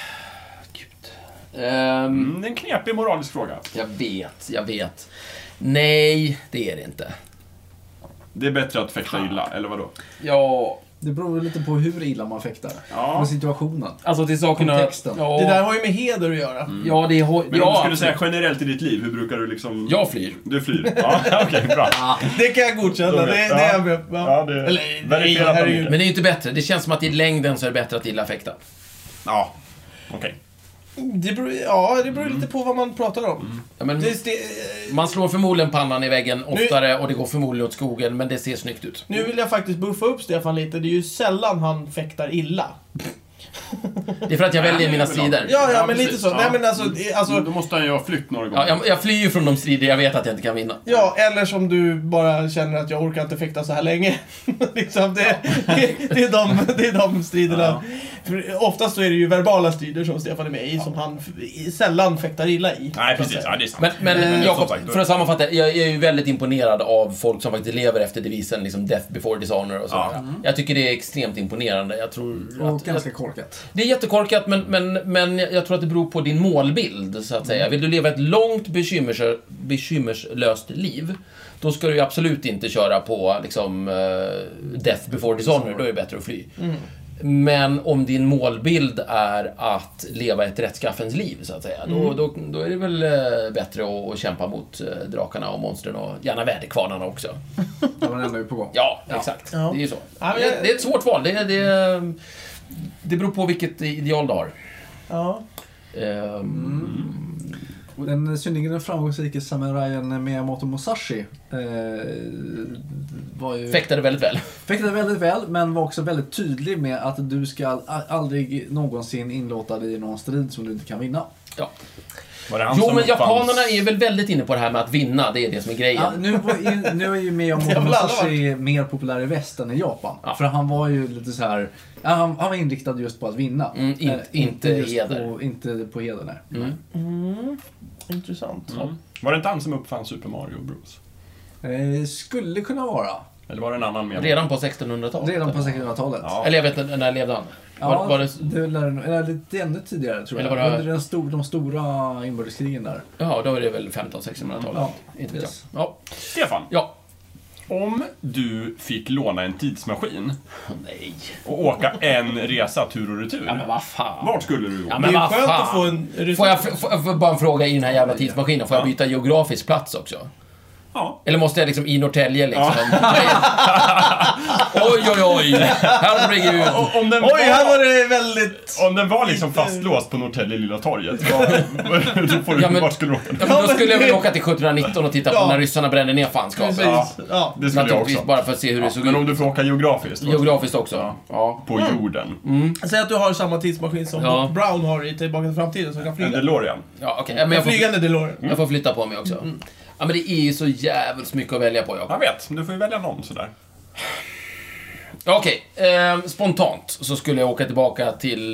Speaker 4: Det är en knepig moralisk fråga.
Speaker 2: Jag vet. Nej, det är det inte.
Speaker 4: Det är bättre att fäkta illa, eller vadå?
Speaker 2: Ja,
Speaker 3: Det beror lite på hur illa man fäktar.
Speaker 4: Ja.
Speaker 3: På situationen.
Speaker 2: alltså till saken
Speaker 3: Kontexten.
Speaker 2: Ja,
Speaker 1: Det där har ju med heder att göra.
Speaker 2: ja, det är...
Speaker 4: Men om du
Speaker 2: Ja,
Speaker 4: skulle säga generellt i ditt liv, hur brukar du liksom...
Speaker 2: jag flyr.
Speaker 4: Du flyr? Ja, okej, bra.
Speaker 1: Det kan jag godkänna. Det är jag med på.
Speaker 4: Ja, det
Speaker 1: Eller, nej,
Speaker 4: verifierat av
Speaker 1: herregud.
Speaker 4: Micke.
Speaker 2: Men det är ju inte bättre. Det känns som att i längden så är det bättre att illa fäkta.
Speaker 4: Ja, okej.
Speaker 1: Det beror lite på vad man pratar om.
Speaker 2: Ja, men
Speaker 1: Det,
Speaker 2: man slår förmodligen pannan i väggen oftare och det går förmodligen åt skogen, men det ser snyggt ut.
Speaker 1: nu vill jag faktiskt buffa upp Stefan lite. Det är ju sällan han fäktar illa.
Speaker 2: Det är för att jag väljer mina strider.
Speaker 1: Ja, men
Speaker 4: precis.
Speaker 1: lite så.
Speaker 4: Ja.
Speaker 1: Nej, men alltså,
Speaker 4: Då måste han ju ha flytt några gånger.
Speaker 2: Ja, jag flyr ju från de strider jag vet att jag inte kan vinna.
Speaker 1: ja, eller som du bara känner att jag orkar inte fäkta så här länge. Liksom, det är de striderna.
Speaker 4: Ja.
Speaker 1: För oftast så är det ju verbala strider som Stefan är med i, som han sällan fäktar illa i.
Speaker 4: Nej, precis. Ja, det är sant.
Speaker 2: Men Jakob,
Speaker 4: som sagt,
Speaker 2: för att sammanfatta, jag är ju väldigt imponerad av folk som faktiskt lever efter devisen liksom Death before dishonor och sådär.
Speaker 4: Ja.
Speaker 2: Jag tycker det är extremt imponerande. Jag tror
Speaker 3: Och
Speaker 2: att,
Speaker 3: ganska korkat.
Speaker 2: det är jättekorkat, men jag tror att det beror på din målbild, så att säga. Vill du leva ett långt bekymmerslöst liv, då ska du ju absolut inte köra på liksom, Death before dishonor, då är det bättre att fly. Men om din målbild är att leva ett rättskaffens liv, så att säga, då är det väl bättre att kämpa mot drakarna och monstren och gärna väderkvarnarna också.
Speaker 3: Det var ändå på gång.
Speaker 2: Ja, exakt.
Speaker 1: Ja.
Speaker 2: Det är ju så.
Speaker 1: Ja,
Speaker 2: Det är ett svårt val. Det beror på vilket ideal du har.
Speaker 1: Ja.
Speaker 3: Den synnerligen framgångsrike samurajen Miyamoto Musashi var ju...
Speaker 2: Fäktade väldigt väl.
Speaker 3: Men var också väldigt tydlig med att du ska aldrig någonsin inlåta dig i någon strid som du inte kan vinna.
Speaker 2: Ja.
Speaker 4: Var det han
Speaker 2: Jo,
Speaker 4: som
Speaker 2: men
Speaker 4: uppfanns-
Speaker 2: japanerna är väl väldigt inne på det här med att vinna. Det är det som är grejen.
Speaker 3: Ja, nu är ju Miyamoto Musashi mer populär i väst än i Japan.
Speaker 2: Ja.
Speaker 3: För han var ju lite så här. Ja, han var inriktad just på att vinna.
Speaker 2: Inte
Speaker 3: just
Speaker 2: heder.
Speaker 3: Inte på heder, nej.
Speaker 1: Intressant.
Speaker 4: Var det inte han som uppfann Super Mario Bros?
Speaker 3: Skulle kunna vara.
Speaker 4: Eller var det en annan med?
Speaker 2: Redan på 1600-talet.
Speaker 3: Redan på 1600-talet.
Speaker 4: Ja.
Speaker 2: Eller jag vet inte, när levde han?
Speaker 3: Ja,
Speaker 2: Var det...
Speaker 3: eller lite ännu tidigare tror jag.
Speaker 2: Eller var det-
Speaker 3: Under de stora inbördeskrigen där.
Speaker 2: Ja, då är det väl 1500-1600-talet.
Speaker 3: Ja,
Speaker 2: Inte vet jag.
Speaker 3: yes.
Speaker 2: Ja.
Speaker 4: Stefan,
Speaker 2: Ja.
Speaker 4: om du fick låna en tidsmaskin
Speaker 2: Nej.
Speaker 4: och åka en resa tur och retur,
Speaker 2: Ja, men vad fan.
Speaker 4: vart skulle du då?
Speaker 2: Ja,
Speaker 1: Det
Speaker 2: men
Speaker 1: är
Speaker 2: vad
Speaker 1: skönt
Speaker 2: fan.
Speaker 1: att få en...
Speaker 2: Får jag bara en fråga i den här jävla tidsmaskinen? Får jag
Speaker 4: Ja.
Speaker 2: byta geografisk plats också?
Speaker 4: Ja.
Speaker 2: Eller måste jag liksom i Norrtälje liksom? Oj. Herregud.
Speaker 4: Om den
Speaker 1: Oj, här var det väldigt...
Speaker 4: Om den var liksom fastlåst på Norrtälje Lilla torget, då får du,
Speaker 2: Ja, men-
Speaker 4: vart skulle du åka?
Speaker 2: Ja, men då skulle jag väl åka till 1719 och titta på
Speaker 1: Ja.
Speaker 2: när ryssarna brände ner fanskapet.
Speaker 1: Precis. Ja.
Speaker 4: Det skulle jag
Speaker 2: Naturligtvis
Speaker 4: också.
Speaker 2: bara för att se hur det såg
Speaker 4: Men
Speaker 2: ut.
Speaker 4: om du får åka geografiskt?
Speaker 2: Geografiskt också. Ja.
Speaker 4: På jorden.
Speaker 1: Säg att du har samma tidsmaskin som
Speaker 2: Ja.
Speaker 1: Brown har i Tillbaka till framtiden, som kan
Speaker 4: En
Speaker 1: flyga.
Speaker 4: DeLorean.
Speaker 2: Ja, okej. Ja, men
Speaker 1: En flygande DeLorean.
Speaker 2: jag får flytta på mig också. Ja, men det är ju så jävligt mycket att välja på, Jakob.
Speaker 4: Jag vet, du får ju välja någon sådär.
Speaker 2: Ja, okej. Spontant så skulle jag åka tillbaka till...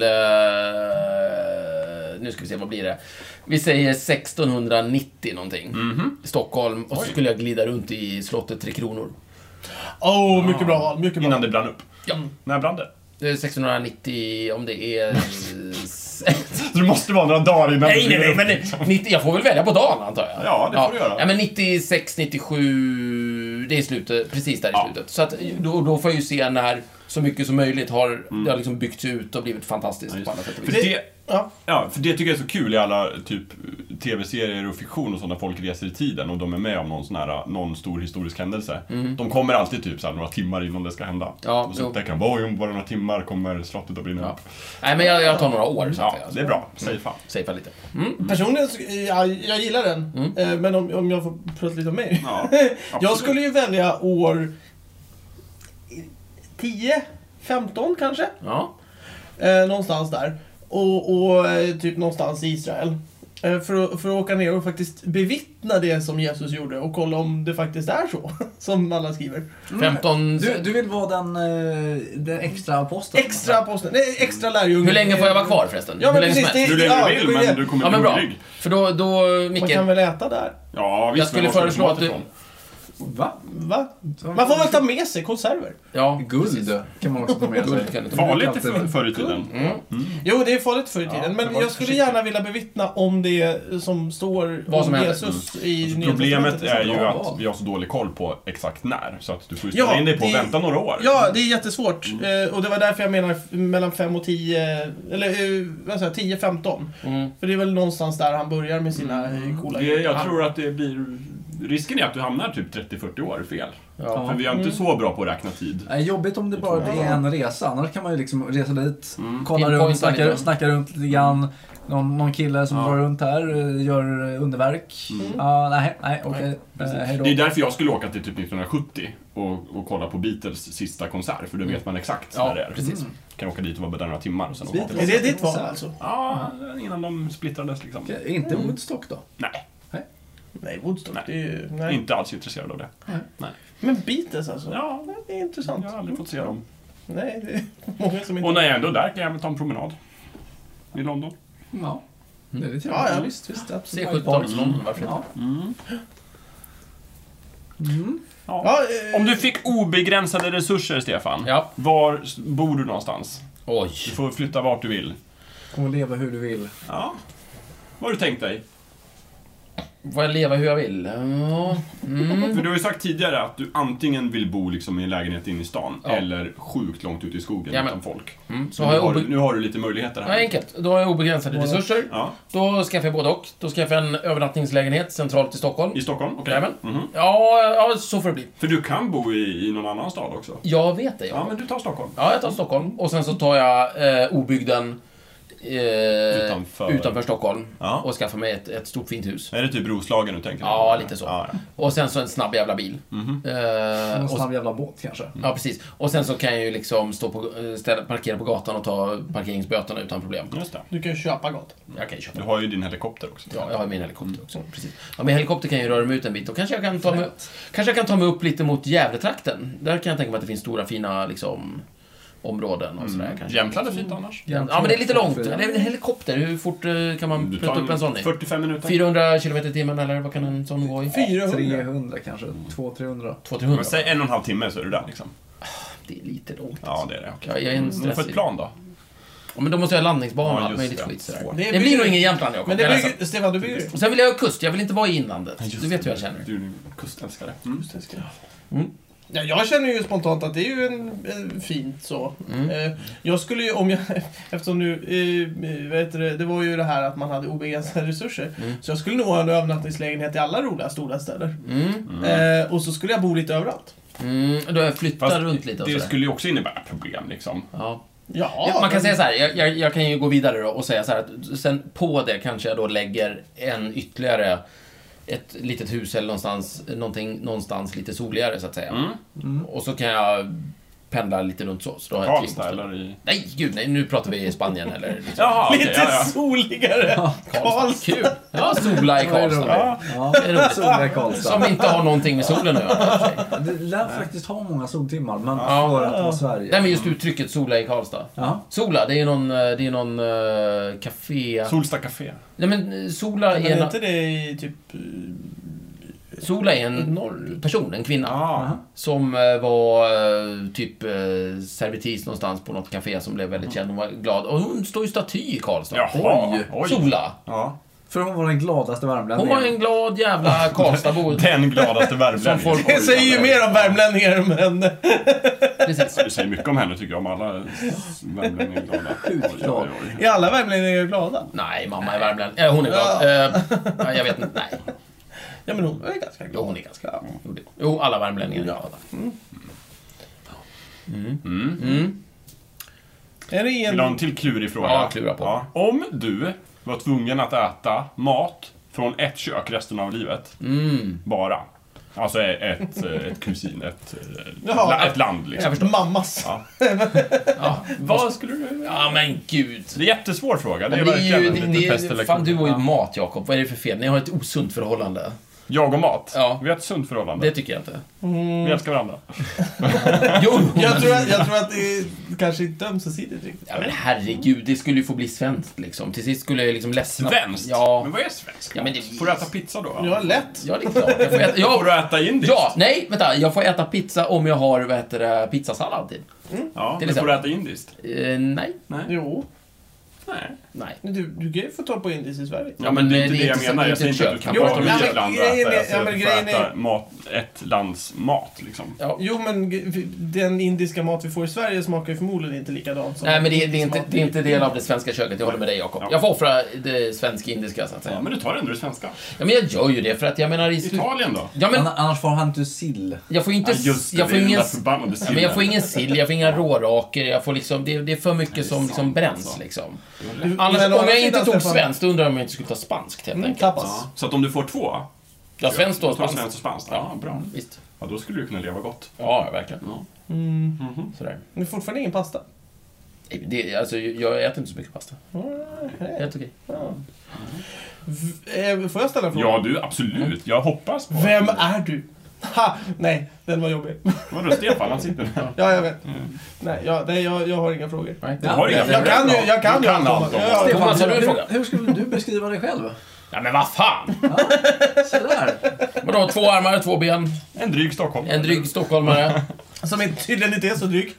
Speaker 2: nu ska vi se, vad blir det? Vi säger 1690 någonting. Stockholm. Och så skulle jag glida runt i slottet Tre Kronor.
Speaker 1: Mycket bra val. Mycket bra.
Speaker 4: Innan det brann upp.
Speaker 2: Ja.
Speaker 4: När brann det?
Speaker 2: 1690, om det är...
Speaker 4: Så det måste vara några dagar innan det
Speaker 2: Nej,
Speaker 4: brinner upp.
Speaker 2: men 90, jag får väl välja på dagen, antar jag.
Speaker 4: Ja, det får du göra.
Speaker 2: Ja, men 96, 97, det är slutet, precis där i
Speaker 4: Ja.
Speaker 2: slutet. Så att då får jag ju se när så mycket som möjligt har det har liksom byggts ut och blivit fantastiskt
Speaker 4: Ja,
Speaker 2: på alla sätt och
Speaker 4: För
Speaker 2: vis.
Speaker 4: det,
Speaker 1: Ja.
Speaker 4: för det tycker jag är så kul i alla typ tv-serier och fiktion och så när folk reser i tiden och de är med om någon stor historisk händelse. De kommer alltid typ så här, några timmar innan det ska hända.
Speaker 2: Ja,
Speaker 4: och så
Speaker 2: jo.
Speaker 4: upptäcker de, om bara några timmar kommer slottet att brinna
Speaker 2: Ja.
Speaker 4: upp.
Speaker 2: Nej, men jag tar några år, så att
Speaker 4: Ja,
Speaker 2: säga.
Speaker 4: det är bra. Säg fan.
Speaker 2: Safea lite.
Speaker 1: Personligen, jag gillar den. Men om jag får prata lite om mig.
Speaker 4: Ja,
Speaker 1: Jag
Speaker 4: absolut.
Speaker 1: skulle ju välja år 10, 15 kanske.
Speaker 2: Ja.
Speaker 1: Någonstans där. Och typ någonstans i Israel. För att åka ner och faktiskt bevittna det som Jesus gjorde och kolla om det faktiskt är så. Som alla skriver.
Speaker 2: 15...
Speaker 3: Du vill vara den extra aposteln?
Speaker 1: Extra aposteln. Nej, extra lärjungen.
Speaker 2: Hur länge får jag vara kvar förresten?
Speaker 1: Ja,
Speaker 2: Hur
Speaker 1: men
Speaker 2: länge som
Speaker 1: precis.
Speaker 2: helst?
Speaker 4: Hur länge
Speaker 1: Ja,
Speaker 4: du
Speaker 1: det
Speaker 4: vill,
Speaker 1: var det.
Speaker 4: men du kommer
Speaker 2: Ja, men
Speaker 4: bli
Speaker 2: bra.
Speaker 4: hungrig.
Speaker 2: För då
Speaker 1: Man
Speaker 2: Micke...
Speaker 1: kan väl äta där?
Speaker 4: Ja, visst.
Speaker 2: Jag skulle
Speaker 4: men var ska
Speaker 2: föreslå
Speaker 4: du
Speaker 2: att du-
Speaker 4: mat ifrån?
Speaker 3: Va?
Speaker 1: Va? Man får väl ta med sig konserver.
Speaker 2: Ja,
Speaker 3: Guld kan man också ta med sig.
Speaker 2: Guld kan du ta.
Speaker 4: Farligt förr i tiden.
Speaker 1: Jo, det är farligt förr i tiden.
Speaker 4: men
Speaker 1: Men
Speaker 4: var
Speaker 1: jag skulle
Speaker 4: försiktig.
Speaker 1: gärna vilja bevittna om det som står
Speaker 2: Vad som
Speaker 1: om
Speaker 2: händer.
Speaker 1: Jesus i Nya
Speaker 4: Problemet
Speaker 1: Testamentet.
Speaker 4: är ju
Speaker 3: bra
Speaker 4: att
Speaker 3: val.
Speaker 4: vi har så dålig koll på exakt när. Så att du får ju ställa
Speaker 1: Ja,
Speaker 4: in dig på att
Speaker 1: det-
Speaker 4: vänta några år.
Speaker 1: Ja, det är jättesvårt. Och det var därför jag menar mellan 5 och 10, eller vad säger 10-15. För det är väl någonstans där han börjar med sina coola
Speaker 4: Jag tror att det blir risken är att du hamnar typ 30-40 år fel.
Speaker 2: Ja.
Speaker 4: För vi är inte så bra på att räkna tid.
Speaker 3: Det är jobbigt om det bara blir en resa. Annars kan man ju liksom resa dit, kolla
Speaker 2: Pinpointa
Speaker 3: runt,
Speaker 2: lite.
Speaker 3: snacka runt lite grann. Någon kille som drar runt här, gör underverk. Nej, okej. Hejdå.
Speaker 4: Det är därför jag skulle åka till typ 1970 och kolla på Beatles sista konsert. För då vet man exakt när det är.
Speaker 2: Precis.
Speaker 4: Kan åka dit och vara där några timmar och sen åka
Speaker 3: Beatles.
Speaker 4: tillbaka.
Speaker 1: Är det ditt val alltså?
Speaker 4: Ja, innan de splittrades liksom.
Speaker 3: Okej, inte Woodstock då?
Speaker 4: Nej,
Speaker 1: Nej, Woodstock.
Speaker 4: Nej.
Speaker 1: Det är ju, nej.
Speaker 4: inte alls intresserad av det. Nej.
Speaker 1: Men Beatles alltså?
Speaker 4: Ja,
Speaker 1: Det är intressant.
Speaker 4: jag har aldrig fått se dem.
Speaker 1: Nej, det är många som inte...
Speaker 4: Och när jag ändå där kan jag väl ta en promenad. I London.
Speaker 3: Ja. Det är lite
Speaker 1: Ja, visst, absolut.
Speaker 2: C17 London, varför inte?
Speaker 4: Ja.
Speaker 1: Ja,
Speaker 4: Om du fick obegränsade resurser, Stefan.
Speaker 2: Ja.
Speaker 4: Var bor du någonstans?
Speaker 2: Oj.
Speaker 4: Du får flytta vart du vill.
Speaker 3: Och leva hur du vill.
Speaker 4: Ja. Vad har du tänkt dig?
Speaker 2: Får jag leva hur jag vill? Ja.
Speaker 4: För du har ju sagt tidigare att du antingen vill bo liksom i en lägenhet inne i stan
Speaker 2: Ja.
Speaker 4: eller sjukt långt ute i skogen
Speaker 2: Ja, men-
Speaker 4: utan folk.
Speaker 2: Så
Speaker 4: Nu
Speaker 2: har jag
Speaker 4: nu har du lite möjligheter
Speaker 2: Ja,
Speaker 4: här.
Speaker 2: enkelt. Då har jag obegränsade resurser.
Speaker 4: Ja.
Speaker 2: Då skaffar jag både och. Då skaffar jag en övernattningslägenhet centralt i Stockholm.
Speaker 4: I Stockholm? Okej.
Speaker 2: Jajamän.
Speaker 4: Mhm.
Speaker 2: Ja, så får det bli.
Speaker 4: För du kan bo i någon annan stad också.
Speaker 2: Jag vet det,
Speaker 4: Ja,
Speaker 2: ja.
Speaker 4: men du tar Stockholm.
Speaker 2: Ja, jag tar Stockholm. Och sen så tar jag obygden utanför Stockholm.
Speaker 4: Ja.
Speaker 2: Och skaffar mig ett stort fint hus.
Speaker 4: Är det typ Roslagen du tänker?
Speaker 2: Ja, lite så.
Speaker 4: Ja, ja.
Speaker 2: Och sen så en snabb jävla bil.
Speaker 3: En
Speaker 2: Och
Speaker 3: snabb jävla båt kanske.
Speaker 2: Ja, precis. Och sen så kan jag ju liksom stå på, parkera på gatan och ta parkeringsböterna utan problem.
Speaker 4: Just det.
Speaker 1: Du kan ju köpa gott.
Speaker 2: Jag kan ju köpa.
Speaker 4: Du har ju din helikopter också.
Speaker 2: Ja, jag har min helikopter också. Precis. Ja, med helikopter kan jag ju röra mig ut en bit. Och kanske jag kan ta mig upp lite mot Gävletrakten. Där kan jag tänka mig att det finns stora fina liksom områden och sådär kanske.
Speaker 4: Jämtland är fint annars.
Speaker 2: Ja, men det är lite långt. Det är en helikopter. Hur fort kan man
Speaker 4: Du
Speaker 2: plötta upp en sån i?
Speaker 4: 45 minuter.
Speaker 2: 400 km i timmen eller vad kan en sån gå i?
Speaker 1: 400.
Speaker 3: 300 kanske. 200-300.
Speaker 2: 200-300.
Speaker 4: Men säg 1,5 timme så är du där liksom.
Speaker 2: Det är lite långt.
Speaker 4: Ja, det är det.
Speaker 2: Jag är en
Speaker 4: Men för ett
Speaker 2: stressig.
Speaker 4: plan då?
Speaker 2: Ja, men då måste jag ha landningsbana och allt
Speaker 4: just
Speaker 2: möjligt
Speaker 4: det.
Speaker 2: skit sådär.
Speaker 4: Svårt.
Speaker 2: Det blir nog ingen Jämtland, Jakob.
Speaker 1: Men det
Speaker 2: Jag är ledsen.
Speaker 1: bygger... Stefan, du bygger...
Speaker 2: Och sen vill jag ha kust. Jag vill inte vara i inlandet. Du vet hur jag känner.
Speaker 4: Du är en kustälskare.
Speaker 1: Ja, jag känner ju spontant att det är ju en fint så. Jag skulle ju, om jag... Eftersom nu, vad heter det var ju det här att man hade obegränsade resurser. Så jag skulle nog ha en övernattningslägenhet i alla roliga stora städer. Och så skulle jag bo lite överallt.
Speaker 2: Då jag flyttar runt lite och
Speaker 4: det
Speaker 2: sådär.
Speaker 4: skulle ju också innebära problem liksom.
Speaker 2: Ja.
Speaker 1: Ja,
Speaker 2: Man kan säga så här, jag kan ju gå vidare då och säga så här att sen på det kanske jag då lägger en ytterligare ett litet hus eller någonstans lite soligare så att säga. Och så kan jag pendla lite runt så då har jag
Speaker 4: Karlstad eller i...
Speaker 2: Nej, gud nej, nu pratar vi i Spanien eller liksom.
Speaker 4: Jaha, okej,
Speaker 1: lite
Speaker 4: ja.
Speaker 1: soligare. Karlstad.
Speaker 2: Kul! Ja, sola i Karlstad.
Speaker 3: Ja,
Speaker 2: Det är roligt.
Speaker 3: sola i Karlstad.
Speaker 2: Som inte har någonting med solen att göra. i och för sig.
Speaker 3: Det lär faktiskt ha många soltimmar, men
Speaker 2: Ja.
Speaker 3: för att vara Sverige.
Speaker 2: Nej, men just uttrycket sola i Karlstad.
Speaker 3: Ja.
Speaker 2: Sola, det är någon café...
Speaker 4: Solsta Café.
Speaker 2: Nej, men Sola
Speaker 1: Men
Speaker 2: är
Speaker 1: är inte det i typ...
Speaker 2: Sola är en
Speaker 1: Norr?
Speaker 2: person, en kvinna.
Speaker 4: Ja.
Speaker 2: Som var typ servitris någonstans på något café som blev väldigt känd. Hon var glad. Och hon står ju staty i Karlstad.
Speaker 4: Jaha, oj.
Speaker 2: Sola.
Speaker 4: Ja.
Speaker 3: För hon var den gladaste
Speaker 2: Hon
Speaker 3: värmlänningen.
Speaker 2: var en glad jävla Karlstadbo.
Speaker 4: Den gladaste
Speaker 2: Som
Speaker 4: värmlänningen.
Speaker 2: folk...
Speaker 1: Det säger ju mer om värmlänningar, men...
Speaker 2: Precis.
Speaker 4: Det säger mycket om henne tycker jag, om alla värmlänningar är glada.
Speaker 3: Sjukt glad.
Speaker 1: Är alla värmlänningar glada?
Speaker 2: Nej, mamma är värmlänning. Hon är glad. Jag vet inte. Nej.
Speaker 1: Ja, men hon är ganska
Speaker 2: Jo,
Speaker 1: glad.
Speaker 2: hon är ganska... Jo, alla värmlänningar är glada.
Speaker 1: Är det
Speaker 4: Vill
Speaker 1: en...
Speaker 4: du ha en till klurig fråga?
Speaker 2: Ja, klura på.
Speaker 4: Om du var tvungen att äta mat från ett kök resten av livet, bara. Alltså ett kusin,
Speaker 1: Jaha.
Speaker 4: ett land liksom.
Speaker 2: Jag förstår.
Speaker 1: Mammas.
Speaker 4: Ja.
Speaker 2: Ja.
Speaker 4: Vad skulle du...
Speaker 2: Ja, men gud.
Speaker 4: Det är en jättesvår fråga. Det är
Speaker 2: Det är
Speaker 4: verkligen
Speaker 2: ju,
Speaker 4: en liten pest eller
Speaker 2: fan, du
Speaker 4: kolera.
Speaker 2: har ju mat, Jakob. Vad är det för fel? Ni har ett osunt förhållande.
Speaker 4: Jag och mat?
Speaker 2: Ja.
Speaker 4: Vi har ett sunt förhållande.
Speaker 2: Det tycker jag inte.
Speaker 4: Vi älskar varandra.
Speaker 2: Jo,
Speaker 1: Jag tror att det kanske inte är ömsesidigt riktigt.
Speaker 2: Ja, men herregud, det skulle ju få bli svenskt liksom. Till sist skulle jag liksom ledsna.
Speaker 4: Svenskt?
Speaker 2: Ja.
Speaker 4: Men vad är svenskt?
Speaker 2: Ja, men det-
Speaker 4: Får du äta pizza då?
Speaker 1: Ja, lätt.
Speaker 2: Ja, det är klart. Jag får äta,
Speaker 4: Får du äta indiskt?
Speaker 2: ja, nej, vänta. Jag får äta pizza om jag har, vad heter det, pizzasallad till.
Speaker 4: Ja,
Speaker 2: Till
Speaker 4: men får du
Speaker 2: exempel.
Speaker 4: äta indiskt?
Speaker 2: Nej.
Speaker 4: Nej.
Speaker 1: Jo.
Speaker 4: Nej.
Speaker 2: Nej.
Speaker 1: Du kan ju få ta på indiskt i Sverige.
Speaker 4: Ja, men det är inte det jag
Speaker 2: inte
Speaker 4: menar. Jag
Speaker 2: inte
Speaker 4: säger inte att du
Speaker 2: kök.
Speaker 4: kan prata om
Speaker 1: Jo,
Speaker 4: ett land och
Speaker 1: grejen är-
Speaker 4: äta ett lands mat, liksom.
Speaker 2: Ja.
Speaker 1: Jo, men den indiska mat vi får i Sverige smakar ju förmodligen inte likadant som...
Speaker 2: Nej, men det är inte del av det svenska köket. Jag håller med dig, Jakob.
Speaker 4: Ja.
Speaker 2: Jag får offra det svensk-indiska, så att säga.
Speaker 4: Ja, men du tar ändå det svenska.
Speaker 2: Ja, men jag gör ju det, för att jag menar...
Speaker 4: Italien då?
Speaker 2: Ja, men
Speaker 3: Annars får han inte sill.
Speaker 2: jag får inte...
Speaker 4: Ja, just det,
Speaker 2: jag får
Speaker 4: det är den
Speaker 2: ingen...
Speaker 4: där förbannade
Speaker 2: Ja, men jag får ingen sill, jag får inga råraker, jag får liksom... Det är för mycket som liksom
Speaker 4: sant,
Speaker 2: bränns,
Speaker 4: alltså.
Speaker 2: liksom.
Speaker 1: Men
Speaker 2: Annars,
Speaker 1: å
Speaker 2: om
Speaker 1: andra
Speaker 2: jag inte
Speaker 1: sidan,
Speaker 2: tog
Speaker 1: Stefan-
Speaker 2: svenskt, då undrar jag om jag inte skulle ta spanskt, helt enkelt.
Speaker 1: Tapas.
Speaker 4: Ja. Så att om du får 2,
Speaker 2: Ja, svenskt och
Speaker 4: då tar du
Speaker 2: spanskt.
Speaker 4: svenskt och spanskt. Ja, bra.
Speaker 2: Visst.
Speaker 4: Ja, då skulle du kunna leva gott.
Speaker 2: Ja, verkligen.
Speaker 4: Ja.
Speaker 2: Sådär.
Speaker 1: Men fortfarande ingen pasta.
Speaker 2: Alltså, jag äter inte så mycket pasta. Helt okej.
Speaker 1: Får jag ställa en fråga?
Speaker 4: Ja, du, absolut. Jag hoppas på...
Speaker 1: Vem är du? Ha! Nej, den var jobbig.
Speaker 4: Vadå, Stefan? Han sitter där.
Speaker 1: Ja, jag vet. Nej, jag har inga frågor.
Speaker 2: Nej.
Speaker 4: Du har inga
Speaker 1: Jag
Speaker 4: frågor.
Speaker 1: kan ju
Speaker 4: Du kan allt om
Speaker 1: Ja,
Speaker 4: oss.
Speaker 2: Thomas, har du en fråga?
Speaker 3: Hur skulle du beskriva dig själv?
Speaker 2: Ja, men vad fan!
Speaker 3: Sådär.
Speaker 2: Vadå, 2 armar, 2 ben,
Speaker 4: En dryg Stockholm.
Speaker 2: en dryg stockholmare.
Speaker 1: Som tydligen inte är så dryg.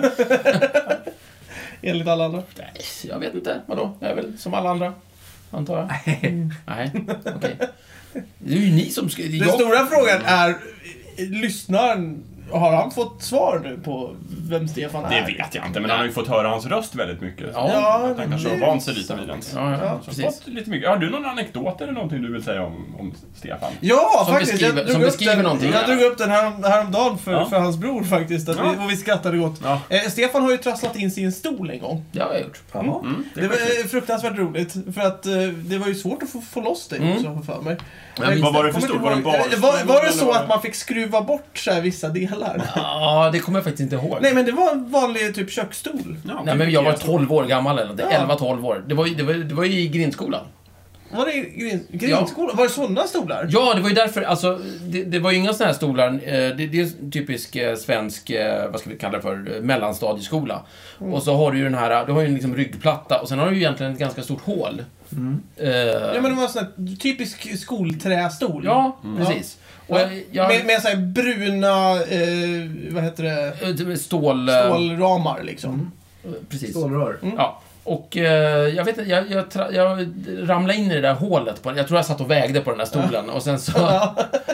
Speaker 1: Enligt alla andra.
Speaker 2: Nej, jag vet inte. Vadå? Jag är väl som alla andra, antar jag. Nej, okej. Det är ju ni som ska...
Speaker 1: Den stora frågan är, lyssnaren, har han fått svar nu på vem Stefan är?
Speaker 4: Det vet jag inte, men han har ju fått höra hans röst väldigt mycket.
Speaker 2: Ja.
Speaker 1: Ja,
Speaker 4: Han kanske har vant sig lite vid den.
Speaker 2: Ja,
Speaker 4: Så
Speaker 2: precis.
Speaker 4: fått lite mycket. Har du någon anekdot eller någonting du vill säga om Stefan?
Speaker 1: Ja,
Speaker 2: Som
Speaker 1: faktiskt.
Speaker 2: beskriver-
Speaker 1: Jag drog
Speaker 2: som
Speaker 1: upp
Speaker 2: beskriver
Speaker 1: den,
Speaker 2: någonting.
Speaker 1: Jag drog upp den häromdagen för hans bror faktiskt.
Speaker 4: Ja.
Speaker 1: Och vi skrattade gott.
Speaker 4: Ja.
Speaker 1: Stefan har ju trasslat in sig i en stol en gång.
Speaker 2: Det har jag gjort.
Speaker 1: Det var fruktansvärt roligt. För att det var ju svårt att få loss det också, för mig.
Speaker 4: Vad var det för stol? Var det en barstol?
Speaker 1: Var det så
Speaker 4: eller
Speaker 1: att man fick skruva bort så här vissa delar?
Speaker 2: Ja, det kommer jag faktiskt inte ihåg.
Speaker 1: Nej, men det var en vanlig typ köksstol.
Speaker 4: Ja,
Speaker 2: Nej, men jag var
Speaker 4: okej.
Speaker 2: 12 år gammal eller någonting.
Speaker 1: Ja.
Speaker 2: 11-12 år. Det var ju i grindskolan.
Speaker 1: Var det grindskolan? Var det sådana stolar?
Speaker 2: Ja, det var ju därför, alltså, det var ju inga sådana här stolar, det är typisk svensk, vad ska vi kalla det för, mellanstadieskola. Och så har du ju den här, du har ju liksom ryggplatta och sen har du ju egentligen ett ganska stort hål.
Speaker 1: Ja, men det var en sån här typisk skolträstol.
Speaker 2: Ja, precis. Och
Speaker 1: Med så här bruna, vad heter det? Stålramar liksom.
Speaker 2: Precis.
Speaker 3: Stålrör.
Speaker 2: Ja. Och jag vet inte, jag ramlade in i det där hålet. Jag tror jag satt och vägde på den där stolen. Och sen så...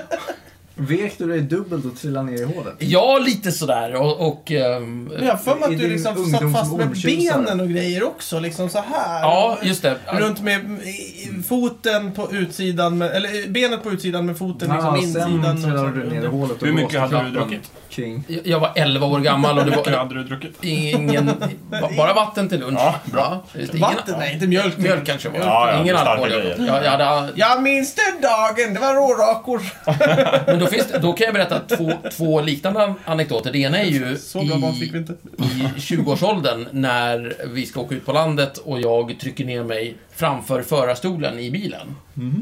Speaker 3: Vek du dig dubbelt och trillade ner i hålet?
Speaker 2: Ja, lite sådär.
Speaker 1: Men jag för mig
Speaker 3: I
Speaker 1: att du
Speaker 3: din
Speaker 1: liksom
Speaker 3: ungdoms-
Speaker 1: satt fast med
Speaker 3: ormtjusare.
Speaker 1: benen och grejer också. Liksom så här.
Speaker 2: Ja, just det.
Speaker 1: Runt med foten på utsidan, eller benet på utsidan med foten liksom insidan.
Speaker 3: Sen trillade du ner i hålet och
Speaker 4: Hur mycket
Speaker 3: blåste
Speaker 4: hade du
Speaker 3: trappan
Speaker 4: druckit?
Speaker 3: kring.
Speaker 2: Jag var 11 år gammal och det
Speaker 4: Hur mycket
Speaker 2: var
Speaker 4: hade du druckit?
Speaker 2: bara vatten till lunch.
Speaker 4: Ja, bra.
Speaker 2: Just det.
Speaker 1: Vatten? Nej, inte mjölk.
Speaker 2: Mjölk kanske var.
Speaker 4: Ja,
Speaker 2: Ingen
Speaker 4: starka
Speaker 2: alkohol.
Speaker 4: grejer.
Speaker 2: Jag hade,
Speaker 1: Jag minns den dagen, det var rårakor.
Speaker 2: men då kan jag berätta två liknande anekdoter. Det ena är ju
Speaker 1: Så bra barn fick vi inte.
Speaker 2: i 20-årsåldern när vi ska åka ut på landet och jag trycker ner mig framför förarstolen i bilen.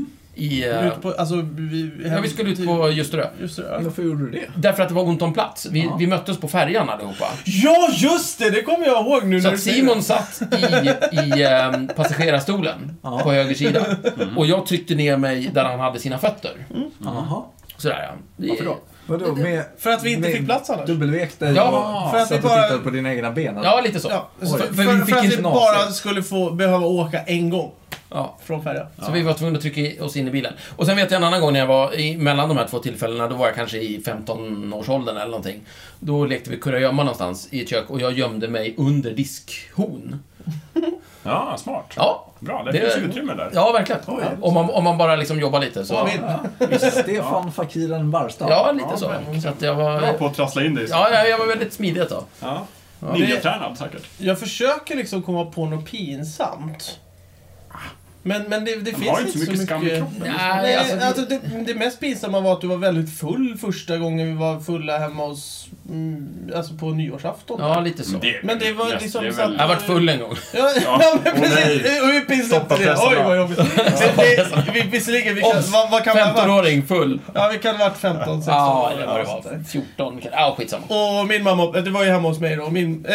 Speaker 1: Ut på, alltså,
Speaker 2: Vi skulle ut på Ljusterö.
Speaker 1: Just det, ja.
Speaker 3: Varför gjorde du det?
Speaker 2: Därför att det var ont om plats. Vi möttes på färjan allihopa.
Speaker 1: Ja, just det! Det kommer jag ihåg nu
Speaker 2: Så
Speaker 1: när
Speaker 2: att
Speaker 1: du säger
Speaker 2: Simon satt i passagerarstolen på höger sida. Och jag tryckte ner mig där han hade sina fötter.
Speaker 3: Jaha.
Speaker 2: Sådär ja.
Speaker 3: Varför då? Vadå? Med,
Speaker 1: För att vi inte
Speaker 3: med
Speaker 1: fick plats annars.
Speaker 3: Dubbelvek dig
Speaker 2: Ja,
Speaker 3: och
Speaker 1: för att
Speaker 3: satt
Speaker 1: vi
Speaker 3: och
Speaker 1: bara-
Speaker 3: tittade på dina egna ben?
Speaker 2: Ja, lite så.
Speaker 1: Ja,
Speaker 3: Oj.
Speaker 1: för
Speaker 2: För vi fick
Speaker 1: att
Speaker 2: inte
Speaker 1: vi
Speaker 3: nås.
Speaker 1: bara skulle behöva åka en gång
Speaker 2: Ja.
Speaker 1: från färjan.
Speaker 2: Så vi var tvungna att trycka oss in i bilen. Och sen vet jag en annan gång när jag var mellan de här 2 tillfällena, då var jag kanske i 15-årsåldern eller någonting. Då lekte vi kurragömma någonstans i ett kök och jag gömde mig under diskhon.
Speaker 4: Ja, smart.
Speaker 2: Ja.
Speaker 4: Bra, det finns utrymme där.
Speaker 2: Ja, verkligen. Om man bara liksom jobbar lite så.
Speaker 3: Stefan Fakiren Barstam.
Speaker 2: Ja, lite så. Så att jag
Speaker 4: Bra
Speaker 2: var...
Speaker 4: på att trassla in dig.
Speaker 2: Ja, jag var väldigt smidig ett tag.
Speaker 4: Ja. Ninja-tränad säkert.
Speaker 1: Jag försöker liksom komma på något pinsamt. Men det
Speaker 4: Han
Speaker 1: finns
Speaker 4: har ju
Speaker 1: inte
Speaker 4: inte så mycket skam i kroppen.
Speaker 2: Nej,
Speaker 1: Nej,
Speaker 2: alltså,
Speaker 1: alltså det mest pinsamma var att du var väldigt full första gången vi var fulla hemma hos... alltså på nyårsafton.
Speaker 2: Ja, lite så.
Speaker 1: Men det var liksom så att-
Speaker 2: Jag har varit full en gång.
Speaker 1: Ja, men
Speaker 4: Åh,
Speaker 1: precis.
Speaker 4: nej.
Speaker 1: Och hur pinsamt
Speaker 4: Stoppa
Speaker 1: är det?
Speaker 4: pressarna.
Speaker 1: Oj, vad jobbigt. Visserligen, vad kan det ha varit?
Speaker 2: 15-åring full.
Speaker 1: Ja, vi kan ha varit 15, 16.
Speaker 2: Ja, det var 14. Ja, skitsamma.
Speaker 1: Och min mamma, det var ju hemma hos mig då.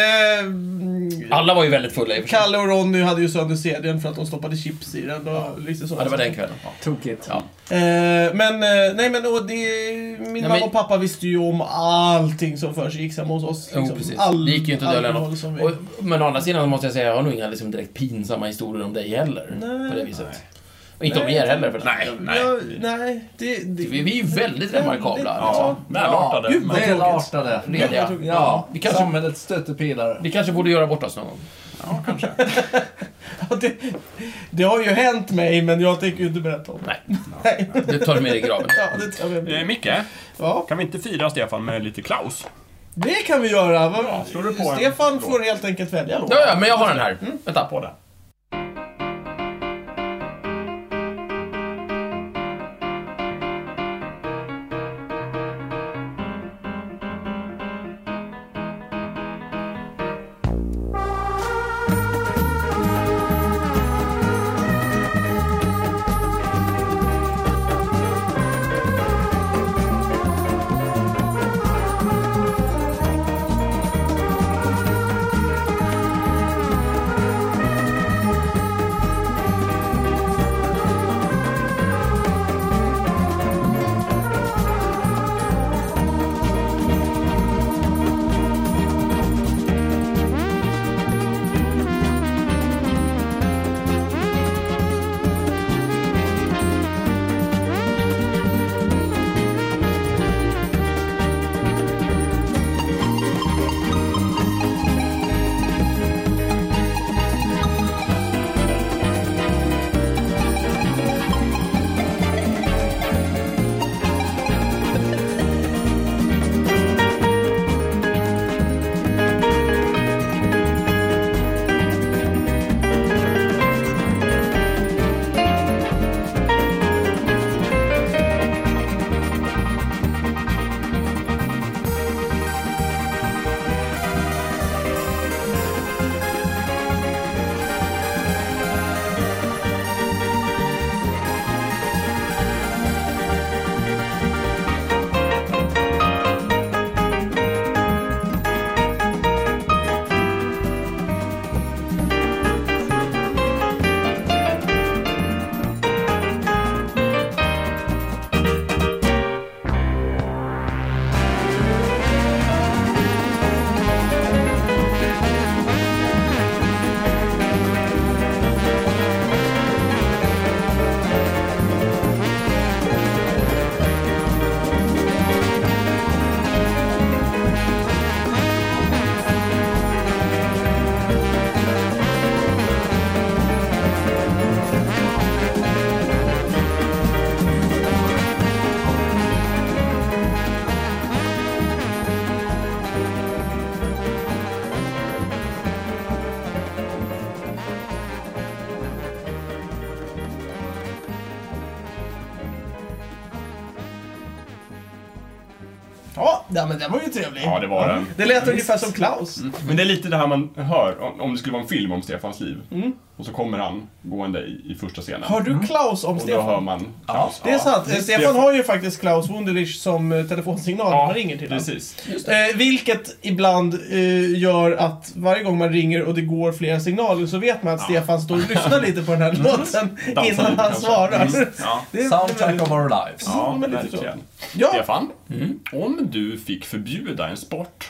Speaker 2: Alla var ju väldigt fulla i och för sig.
Speaker 1: Kalle och Ronny hade ju sönder CDn för att de stoppade chips i den. Och liksom så.
Speaker 2: Ja, det var den kvällen. Ja.
Speaker 3: Tokigt.
Speaker 2: Ja.
Speaker 1: Min mamma och pappa visste ju om allting som för sig gick hos oss.
Speaker 2: Liksom, precis. Det gick ju inte att dölja något. Men å andra sidan måste jag säga, jag har nog inga liksom, direkt pinsamma historier om dig heller.
Speaker 1: Nej.
Speaker 2: På det viset. Och inte om er heller. För
Speaker 1: nej.
Speaker 2: Vi är ju väldigt remarkabla.
Speaker 4: Ja, välartade.
Speaker 3: Välartade.
Speaker 2: Rediga.
Speaker 3: Ja,
Speaker 2: vi kanske,
Speaker 3: samhällets stöttepelare.
Speaker 2: Vi kanske borde göra bort oss någon gång.
Speaker 4: Ja, kanske.
Speaker 1: Det har ju hänt mig, men jag tänker ju inte berätta om det.
Speaker 2: Nej. Det tar med i graven.
Speaker 1: Ja, det tar med.
Speaker 4: Micke, kan vi inte fira Stefan med lite Klaus?
Speaker 1: Det kan vi göra.
Speaker 4: Slår du på
Speaker 1: Stefan får helt enkelt välja då.
Speaker 2: Ja, men jag har den här. Vänta
Speaker 4: på det.
Speaker 1: Ja, men den var ju trevlig.
Speaker 4: Ja, det var den.
Speaker 1: Det lät ungefär som Klaus.
Speaker 4: Men det är lite det här man hör om det skulle vara en film om Stefans liv. Och så kommer han gående i första scenen.
Speaker 1: Har du Klaus om Stefan?
Speaker 4: Och då hör man Klaus.
Speaker 1: Det är sant. Stefan har ju faktiskt Klaus Wunderlich som telefonsignal när man ringer till
Speaker 4: precis.
Speaker 1: Vilket ibland gör att varje gång man ringer och det går flera signaler så vet man att Stefan står och lyssnar lite på den här låten innan han svarar.
Speaker 3: Soundtrack of our lives.
Speaker 4: Ja, verkligen.
Speaker 1: Ja.
Speaker 4: Stefan, om du fick förbjuda en sport,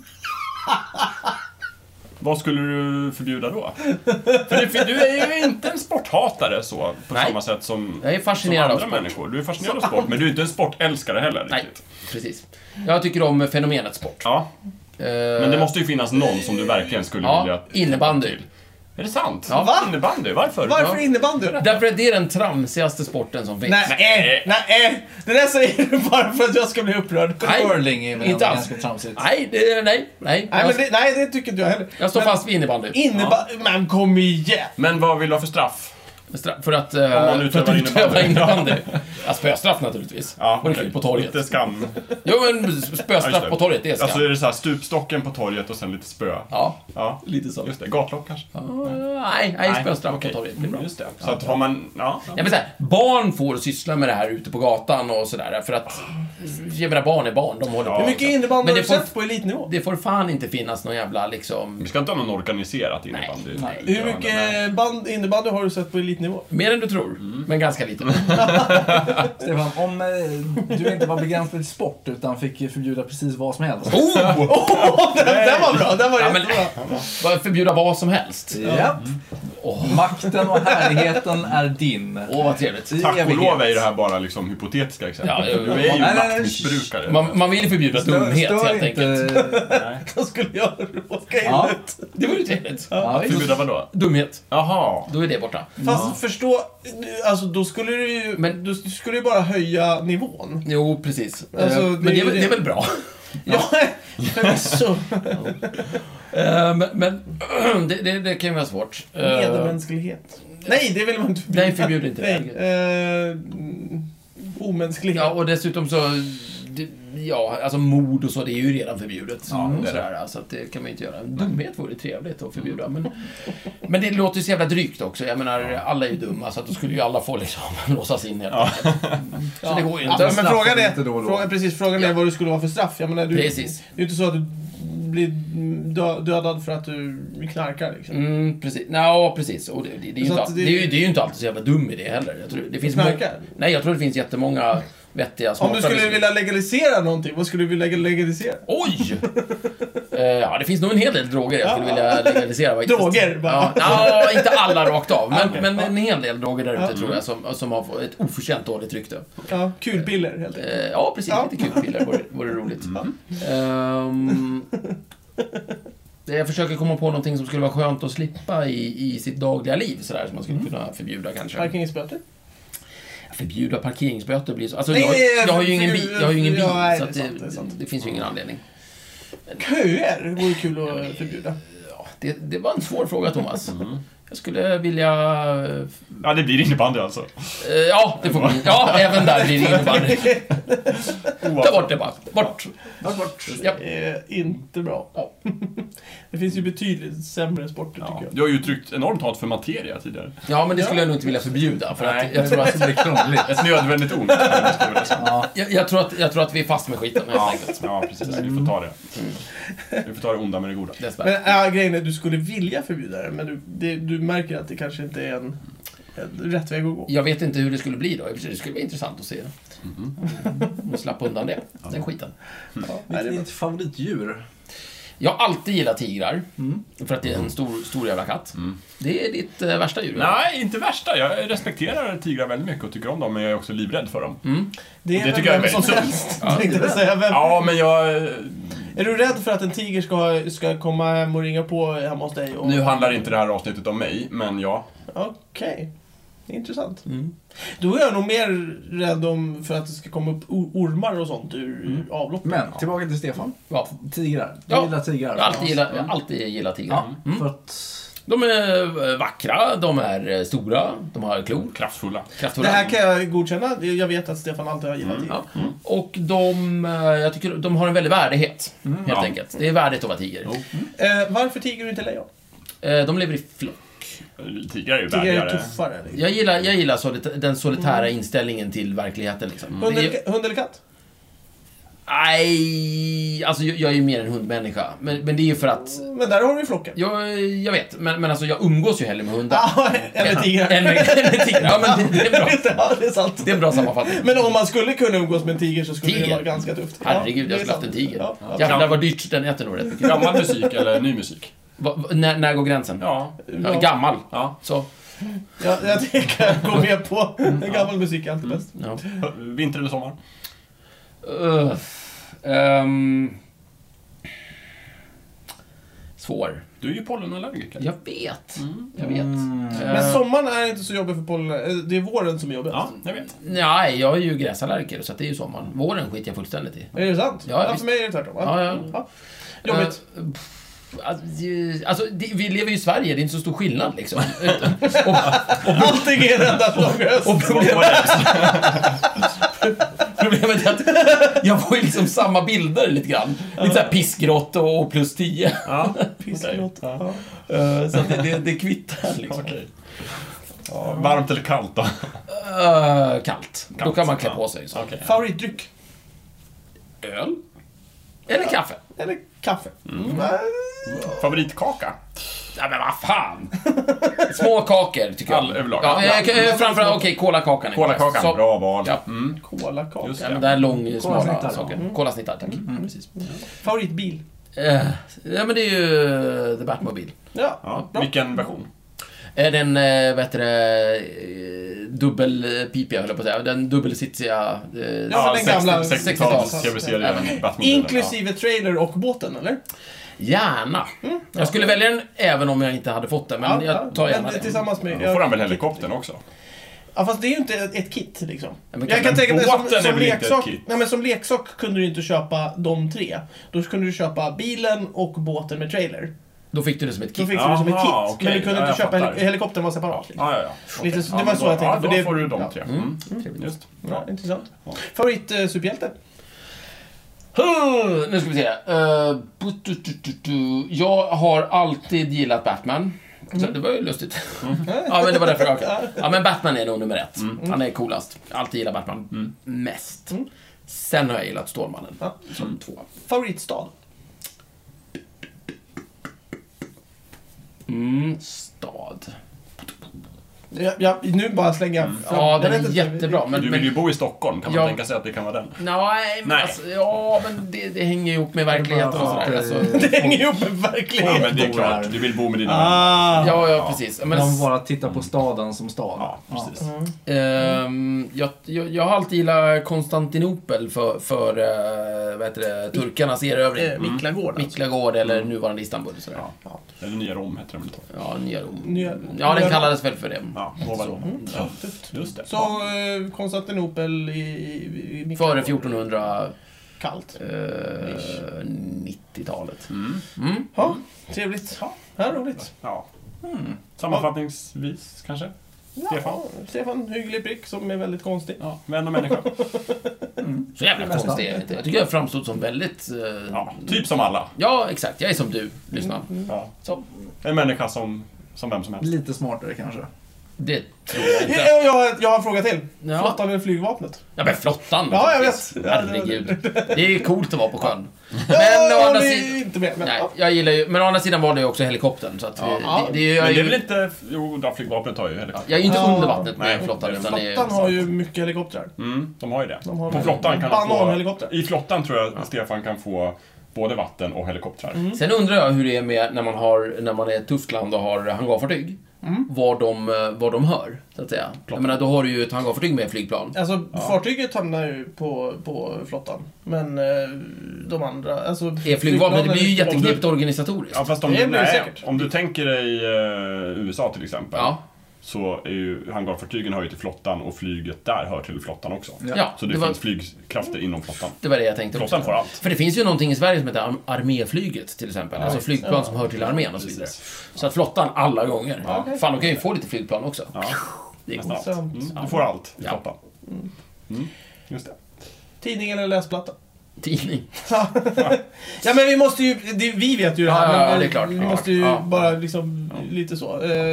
Speaker 4: vad skulle du förbjuda då? För du är ju inte en sporthatare så, på samma sätt som,
Speaker 2: jag är fascinerad
Speaker 4: som andra människor. Du är fascinerad av sport, men du är inte en sportälskare heller.
Speaker 2: Nej, precis. Jag tycker om fenomenet sport.
Speaker 4: Ja. Men det måste ju finnas någon som du verkligen skulle vilja...
Speaker 2: innebandy.
Speaker 4: Är det sant?
Speaker 1: Ja. Va?
Speaker 4: Innebandy? Varför?
Speaker 1: Varför innebandy?
Speaker 2: Därför att det är den tramsigaste sporten som finns.
Speaker 1: Nej. Det där säger du bara för att jag ska bli upprörd.
Speaker 3: Curling är
Speaker 2: inte alls
Speaker 3: ganska tramsigt.
Speaker 2: Nej,
Speaker 1: det tycker inte jag heller.
Speaker 2: Jag står fast vid innebandy.
Speaker 1: Men kom igen.
Speaker 4: Men vad vill du ha för straff?
Speaker 2: För att
Speaker 4: utöva
Speaker 2: innebandy. Ja, spöstraff naturligtvis.
Speaker 4: Ja,
Speaker 2: okay. På torget.
Speaker 4: Lite skam.
Speaker 2: Jo, men spöstraff på torget, det är skam.
Speaker 4: Alltså är det så här stupstocken på torget och sen lite spö?
Speaker 2: Ja. Lite så.
Speaker 4: Just det, gatlock kanske?
Speaker 2: Nej, spöstraff på torget. Det är bra.
Speaker 4: Just det. Så att har man... Ja.
Speaker 2: Jag vill säga, barn får syssla med det här ute på gatan och sådär. För att, jag menar, barn är barn. De håller på.
Speaker 1: Hur mycket innebandy har du sett på elitnivå?
Speaker 2: Det får fan inte finnas någon jävla liksom...
Speaker 4: Vi ska inte ha någon organiserat innebandy.
Speaker 1: Nej. Hur mycket innebandy har du sett på elitnivå? skitnivå.
Speaker 2: Mer än du tror, men ganska lite.
Speaker 3: Stefan, om du inte var begränsad till sport utan fick förbjuda precis vad som helst.
Speaker 1: Den var bra, den var jättebra.
Speaker 2: Bara förbjuda vad som helst.
Speaker 3: Japp. Makten och härligheten är din.
Speaker 2: Vad trevligt.
Speaker 4: Tack och lov är det här bara liksom hypotetiska exempel.
Speaker 2: Ja,
Speaker 4: Du är ju maktmissbrukare.
Speaker 2: Man vill förbjuda dumhet helt enkelt.
Speaker 1: Då skulle jag råka in ut.
Speaker 2: Det var ju trevligt.
Speaker 3: Ja,
Speaker 4: Förbjuda vadå?
Speaker 2: Dumhet.
Speaker 4: Jaha.
Speaker 2: Då är det borta.
Speaker 1: Fast förstå, alltså då skulle du ju,
Speaker 2: Men-
Speaker 1: du skulle ju bara höja nivån.
Speaker 2: Jo, precis.
Speaker 1: Alltså,
Speaker 2: Men det är väl bra.
Speaker 1: Ja, förvisso.
Speaker 2: Men det kan ju vara svårt.
Speaker 1: Medmänsklighet. Nej, det vill man inte förbjuda.
Speaker 2: Nej, förbjud inte
Speaker 1: Nej, omänsklighet.
Speaker 2: Ja, och dessutom så... alltså mord och så, det är ju redan förbjudet.
Speaker 4: Ja, det är det.
Speaker 2: Sådär, så att det kan man ju inte göra. Dumhet vore trevligt att förbjuda. Men det låter ju så jävla drygt också. Jag menar, alla är ju dumma, så att då skulle ju alla få liksom låsas in helt enkelt. Så det går ju inte.
Speaker 1: Ja, men frågan
Speaker 3: inte då och då.
Speaker 1: frågan är vad det skulle vara för straff. Jag menar,
Speaker 2: Precis.
Speaker 1: Det är ju inte så att du blir dödad för att du knarkar liksom.
Speaker 2: Precis. Ja, precis. Och det är ju
Speaker 1: Så
Speaker 2: inte,
Speaker 1: att
Speaker 2: det är ju inte alltid så jävla dum idé heller. Jag tror, det finns
Speaker 1: Knarkar?
Speaker 2: Nej, jag tror det finns jättemånga vettiga,
Speaker 1: Om
Speaker 2: smarta
Speaker 1: du skulle
Speaker 2: beslut.
Speaker 1: vilja legalisera någonting, vad skulle du vilja legalisera?
Speaker 2: Oj! Ja, det finns nog en hel del droger jag skulle vilja legalisera.
Speaker 1: Droger, bara.
Speaker 2: Ja, inte alla rakt av, men,
Speaker 1: Okej.
Speaker 2: men en hel del droger där ute tror jag som har fått ett oförtjänt dåligt rykte.
Speaker 1: Ja, kulpiller helt enkelt.
Speaker 2: Ja, precis.
Speaker 1: Ja.
Speaker 2: Lite kulpiller vore roligt. Jag försöker komma på någonting som skulle vara skönt att slippa i sitt dagliga liv, sådär, som man skulle kunna förbjuda kanske.
Speaker 1: Parkeringsböter?
Speaker 2: Förbjuda parkeringsböter blir så... Alltså,
Speaker 1: Nej,
Speaker 2: jag har ju ingen bil,
Speaker 1: Ja, nej,
Speaker 2: så
Speaker 1: det
Speaker 2: att
Speaker 1: är sant, det är sant.
Speaker 2: det finns ju ingen anledning.
Speaker 1: Köer vore kul att förbjuda.
Speaker 2: Ja, det var en svår fråga, Thomas. Jag skulle vilja...
Speaker 4: Ja, det blir innebandy alltså.
Speaker 2: Ja, det får bli. Ja, även där blir det innebandy. Ta bort det bara. Bort. Ja.
Speaker 1: Inte bra.
Speaker 2: Ja.
Speaker 1: Det finns ju betydligt sämre sporter tycker jag.
Speaker 4: Du har ju uttryckt enormt hat för materia tidigare.
Speaker 2: Ja, men det skulle jag nog inte vilja förbjuda. För att
Speaker 4: Nej.
Speaker 2: jag tror att...
Speaker 4: Ett nödvändigt ont.
Speaker 3: Ja.
Speaker 2: Jag tror att vi är fast med skiten, helt enkelt.
Speaker 4: Ja, precis. Vi får ta det. Vi får ta det onda med det goda.
Speaker 2: Dessvärre.
Speaker 1: Men grejen är, du skulle vilja förbjuda det, men du märker att det kanske inte är en rätt väg att gå.
Speaker 2: Jag vet inte hur det skulle bli då. Det skulle bli intressant att se. Och slappa undan det. Den skiten.
Speaker 3: Vilket är ditt favoritdjur?
Speaker 2: Jag har alltid gillat tigrar. För att det är en stor jävla katt. Det är ditt värsta djur.
Speaker 4: Nej, inte värsta. Jag respekterar tigrar väldigt mycket och tycker om dem, men jag är också livrädd för dem.
Speaker 1: Det
Speaker 4: Det tycker jag är
Speaker 1: vem som
Speaker 4: väldigt
Speaker 1: helst. Tänkte jag säga. Vem?
Speaker 4: Ja, men jag...
Speaker 1: Är du rädd för att en tiger ska komma hem och ringa på hemma hos dig?
Speaker 4: Nu handlar inte det här avsnittet om mig, men ja.
Speaker 1: Okej. Intressant. Då är jag nog mer rädd om för att det ska komma upp ormar och sånt ur avloppet.
Speaker 3: Men, tillbaka till Stefan.
Speaker 2: Ja.
Speaker 3: Tigrar. Du
Speaker 2: Ja.
Speaker 3: gillar tigrar.
Speaker 2: Jag har alltid gillat tigrar.
Speaker 3: Ja, för att...
Speaker 2: De är vackra, de är stora, de har klor.
Speaker 4: Kraftfulla.
Speaker 2: Kraftfulla.
Speaker 1: Det här kan jag godkänna. Jag vet att Stefan alltid har gillat tiger.
Speaker 2: Ja. Och jag tycker de har en väldig värdighet, helt
Speaker 4: Ja.
Speaker 2: enkelt. Det är värdigt att vara tiger.
Speaker 1: Varför tiger du inte lejon?
Speaker 2: De lever i flock.
Speaker 4: Tigrar är ju
Speaker 1: Tiger är
Speaker 4: värdigare.
Speaker 1: tuffare. Liksom.
Speaker 2: Jag gillar den solitära inställningen till verkligheten. Liksom.
Speaker 1: Hund eller katt?
Speaker 2: Nej, alltså jag är ju mer en hundmänniska. Men det är ju för att...
Speaker 1: Men där har du ju flocken.
Speaker 2: Jag vet, men alltså jag umgås ju hellre med hundar.
Speaker 1: Ja, eller tigrar.
Speaker 2: Än med tigrar. Ja, men det är bra.
Speaker 1: Ja, det är sant.
Speaker 2: Det är en bra sammanfattning.
Speaker 1: Men om man skulle kunna umgås med en tiger så skulle
Speaker 2: Tiger?
Speaker 1: det vara ganska tufft.
Speaker 2: Herregud,
Speaker 1: Ja,
Speaker 2: jag skulle haft en tiger.
Speaker 1: Ja,
Speaker 2: Jävlar vad dyrt, den äter nog rätt mycket.
Speaker 4: Gammal musik eller ny musik?
Speaker 2: När går gränsen?
Speaker 4: Ja.
Speaker 2: Ja, gammal.
Speaker 4: Ja.
Speaker 2: Så.
Speaker 1: Det kan jag gå med på. En gammal musik är alltid bäst.
Speaker 2: Ja.
Speaker 4: Vinter eller sommar?
Speaker 2: Svår.
Speaker 4: Du är ju pollenallergiker.
Speaker 2: Jag vet. Jag vet.
Speaker 1: Men sommaren är inte så jobbig för pollen. Det är våren som är jobbigt.
Speaker 4: Ja, jag vet.
Speaker 2: Nej, jag är ju gräsallergiker så att det är ju sommaren. Våren skiter jag fullständigt i.
Speaker 1: Är det sant?
Speaker 2: Ja,
Speaker 1: För
Speaker 2: visst.
Speaker 1: mig är det tvärtom.
Speaker 2: Ja.
Speaker 1: Jobbigt.
Speaker 2: Alltså, vi lever ju i Sverige, det är inte så stor skillnad liksom.
Speaker 1: Allting är en enda fråga.
Speaker 2: Och problemet är att jag får ju liksom samma bilder lite grann. Lite såhär pissgrått och plus 10.
Speaker 4: Ja.
Speaker 1: Pisslåt. Ja.
Speaker 2: Så att det kvittar liksom.
Speaker 4: Okej. Varmt eller kallt då?
Speaker 2: Kallt. Då kan man klä på sig. Så.
Speaker 4: Okej.
Speaker 1: Favoritdryck?
Speaker 4: Öl?
Speaker 2: Eller kaffe.
Speaker 1: eller kaffe.
Speaker 4: Favoritkaka?
Speaker 2: Ja, men vad fan! Små kakor, tycker jag.
Speaker 4: Överlag.
Speaker 2: Ja, framförallt, okej, kolakakan.
Speaker 4: Kolakakan, bra val.
Speaker 2: Ja.
Speaker 1: Kolakaka.
Speaker 4: Just
Speaker 2: Ja, men det är lång, smala
Speaker 3: Kolasnittar.
Speaker 2: saker. Kolasnittar, tack. Precis.
Speaker 1: Favoritbil?
Speaker 2: Ja, men det är ju The Batmobile.
Speaker 1: Ja, bra.
Speaker 4: Vilken version?
Speaker 2: Den, dubbelpipiga, höll jag på att säga. Den dubbelsitsiga...
Speaker 1: Ja, den gamla
Speaker 4: 60-tals tv-serien Batman.
Speaker 1: Inklusive trailer och båten, eller?
Speaker 2: Gärna. Jag skulle välja den även om jag inte hade fått den, men jag tar gärna den.
Speaker 1: Tillsammans med...
Speaker 4: Då får han väl helikoptern också?
Speaker 1: Ja, fast det är ju inte ett kit, liksom.
Speaker 2: men
Speaker 1: Jag kan tänka mig
Speaker 4: båten är
Speaker 1: som
Speaker 4: väl inte ett
Speaker 1: leksak...
Speaker 4: kit?
Speaker 1: Nej, men som leksak kunde du inte köpa de 3. Då kunde du köpa bilen och båten med trailer.
Speaker 2: Då fick du det som ett
Speaker 1: Då
Speaker 2: kit.
Speaker 1: fick du det som ett kit.
Speaker 4: Okej.
Speaker 1: Men du kunde inte
Speaker 4: jag
Speaker 1: köpa
Speaker 4: fattar.
Speaker 1: helikoptern var separat. Liksom.
Speaker 4: Ja.
Speaker 1: Lite,
Speaker 4: Okej.
Speaker 1: det var så jag tänkte.
Speaker 4: Ja,
Speaker 1: för
Speaker 4: då
Speaker 1: det,
Speaker 4: får du de 3.
Speaker 2: Trevligt.
Speaker 4: Just.
Speaker 1: Ja, intressant. Favorit superhjälte?
Speaker 2: Nu ska vi se. Jag har alltid gillat Batman. Så det var ju lustigt. Ja, men det var därför jag... Ja, men Batman är nog nummer 1. Han är coolast. Alltid gillat Batman. Mest. Sen har jag gillat Stålmannen. Som 2.
Speaker 1: Favoritstad?
Speaker 2: Stad.
Speaker 1: Nu bara slänga...
Speaker 2: Ja, den är jättebra. Men,
Speaker 4: Du vill ju bo i Stockholm, kan man
Speaker 2: Ja.
Speaker 4: tänka sig att det kan vara den?
Speaker 2: Nej, men
Speaker 4: Nej.
Speaker 2: alltså, ja, men det hänger ihop med verkligheten och sådär. Alltså,
Speaker 1: Det hänger ihop med
Speaker 4: Ja,
Speaker 1: verkligheten.
Speaker 4: men det är klart. Du vill bo med dina vänner.
Speaker 2: ja, precis. Men,
Speaker 3: De bara tittar på staden som stad.
Speaker 4: Ja, precis.
Speaker 2: jag har alltid gillat Konstantinopel för vad heter det, turkarnas erövring.
Speaker 1: Miklagård.
Speaker 2: Miklagård eller nuvarande Istanbul. Sådär.
Speaker 4: Ja. Eller Nya Rom heter den väl då?
Speaker 2: Ja, Nya Rom.
Speaker 1: Nya-
Speaker 2: Ja, den
Speaker 1: Nya-
Speaker 2: kallades väl för det.
Speaker 4: Ja, så.
Speaker 1: Ja, tufft.
Speaker 4: Just det.
Speaker 1: Så Konstantinopel i
Speaker 2: Före
Speaker 1: Miklagård.
Speaker 2: 1400...
Speaker 1: Kallt.
Speaker 2: 90-talet.
Speaker 1: Ja, trevligt. Ja, roligt.
Speaker 4: Ja. Sammanfattningsvis, kanske? Stefan?
Speaker 1: Ja, Stefan, hygglig prick som är väldigt konstig.
Speaker 4: Ja, vän och människa.
Speaker 2: Så jävla konstigt är det inte. Jag tycker jag framstod som väldigt...
Speaker 4: Ja, typ som alla.
Speaker 2: Ja, exakt. Jag är som du, lyssna.
Speaker 4: Ja.
Speaker 2: Så,
Speaker 4: En människa som vem som helst.
Speaker 3: Lite smartare kanske.
Speaker 2: det tror jag inte.
Speaker 1: Jag har en fråga till.
Speaker 2: Ja.
Speaker 1: Flottan eller flygvapnet?
Speaker 2: Ja, men flottan.
Speaker 1: Ja, jag
Speaker 2: naturligtvis.
Speaker 1: vet.
Speaker 2: Herregud. Det är ju coolt att vara på sjön.
Speaker 1: Men
Speaker 2: å andra
Speaker 1: är
Speaker 2: sidan...
Speaker 1: inte med. Men,
Speaker 2: Nej,
Speaker 1: ja.
Speaker 2: jag gillar ju... Men å andra sidan var det ju också helikoptern, så att... Det är
Speaker 4: Men det är
Speaker 2: ju...
Speaker 4: väl inte... Jo, då flygvapnet har ju helikopter.
Speaker 2: Jag är ju inte
Speaker 1: Ja.
Speaker 2: under vattnet med
Speaker 4: Nej.
Speaker 2: flottan, utan det är...
Speaker 1: Flottan har ju mycket helikoptrar.
Speaker 4: De har ju det.
Speaker 1: De har
Speaker 4: På flottan kan man
Speaker 1: bananhelikopter.
Speaker 4: I flottan tror jag att Stefan kan få både vatten och helikoptrar.
Speaker 2: Sen undrar jag hur det är med när man är ett tufft land och har hangarfartyg. Var de hör, så att säga. Jag menar, då har du ju ett hangarfartyg med flygplan.
Speaker 1: Alltså, fartyget hamnar ju på flottan. Men de andra... Alltså,
Speaker 2: Är flygvapnet, det blir ju jätteknepigt organisatoriskt.
Speaker 4: Ja, fast
Speaker 1: Det blir det
Speaker 4: nej,
Speaker 1: säkert.
Speaker 4: om du tänker dig USA till exempel.
Speaker 2: Ja.
Speaker 4: Så är ju hangarfartygen hör ju till flottan och flyget där hör till flottan också.
Speaker 2: Ja,
Speaker 4: Så det finns flygkrafter inom flottan.
Speaker 2: det var det jag tänkte
Speaker 4: Flottan
Speaker 2: också.
Speaker 4: får allt.
Speaker 2: För det finns ju någonting i Sverige som heter arméflyget till exempel. Alltså flygplan som hör till armén och så vidare. Så att flottan alla gånger. Fan, de kan ju få lite flygplan också.
Speaker 4: Ja,
Speaker 2: Det är
Speaker 4: nästan
Speaker 2: coolt.
Speaker 4: allt. Du får allt i
Speaker 2: Ja.
Speaker 4: flottan. Just det.
Speaker 1: Tidning eller läsplatta?
Speaker 2: Tidning.
Speaker 1: Ja, men vi måste ju... Vi vet ju det här.
Speaker 2: Ja,
Speaker 1: men
Speaker 2: det är klart.
Speaker 1: Vi
Speaker 2: Ja,
Speaker 1: måste ju
Speaker 2: ja.
Speaker 1: bara liksom... Lite så.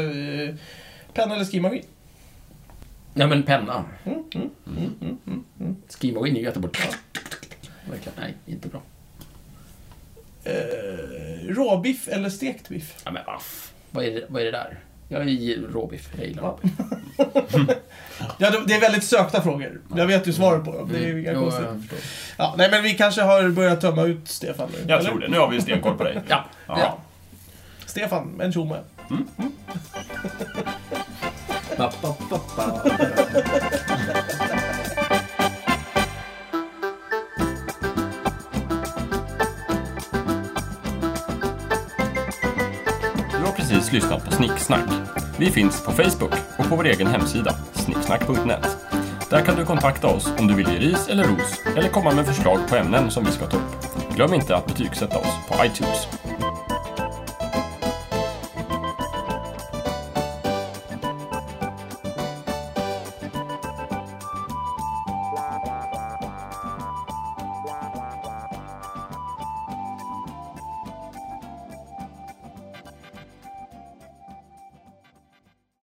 Speaker 1: Penna eller skrivmaskin?
Speaker 2: Ja, men penna. Skrivmaskin är ju jättebra. Verkligen. Nej, inte bra.
Speaker 1: Råbiff eller stekt biff?
Speaker 2: Ja, men aff. Vad är det där? Jag gillar råbiff. Jag gillar råbiff.
Speaker 1: Ja, det är väldigt sökta frågor. Jag vet ju svaret på dem. Det är ju inga
Speaker 2: Jo,
Speaker 1: konstigt.
Speaker 2: jag förstår.
Speaker 1: Ja, nej, men vi kanske har börjat tömma ut Stefan nu.
Speaker 4: Jag
Speaker 1: eller?
Speaker 4: tror det. Nu har vi stenkoll på dig.
Speaker 2: Ja.
Speaker 1: Ja. Stefan, en tjomme.
Speaker 3: Ba, ba, ba, ba.
Speaker 4: Du har precis lyssnat på Snicksnack. Vi finns på Facebook och på vår egen hemsida, snicksnack.net. Där kan du kontakta oss om du vill ge ris eller ros eller komma med förslag på ämnen som vi ska ta upp. Glöm inte att betygsätta oss på iTunes.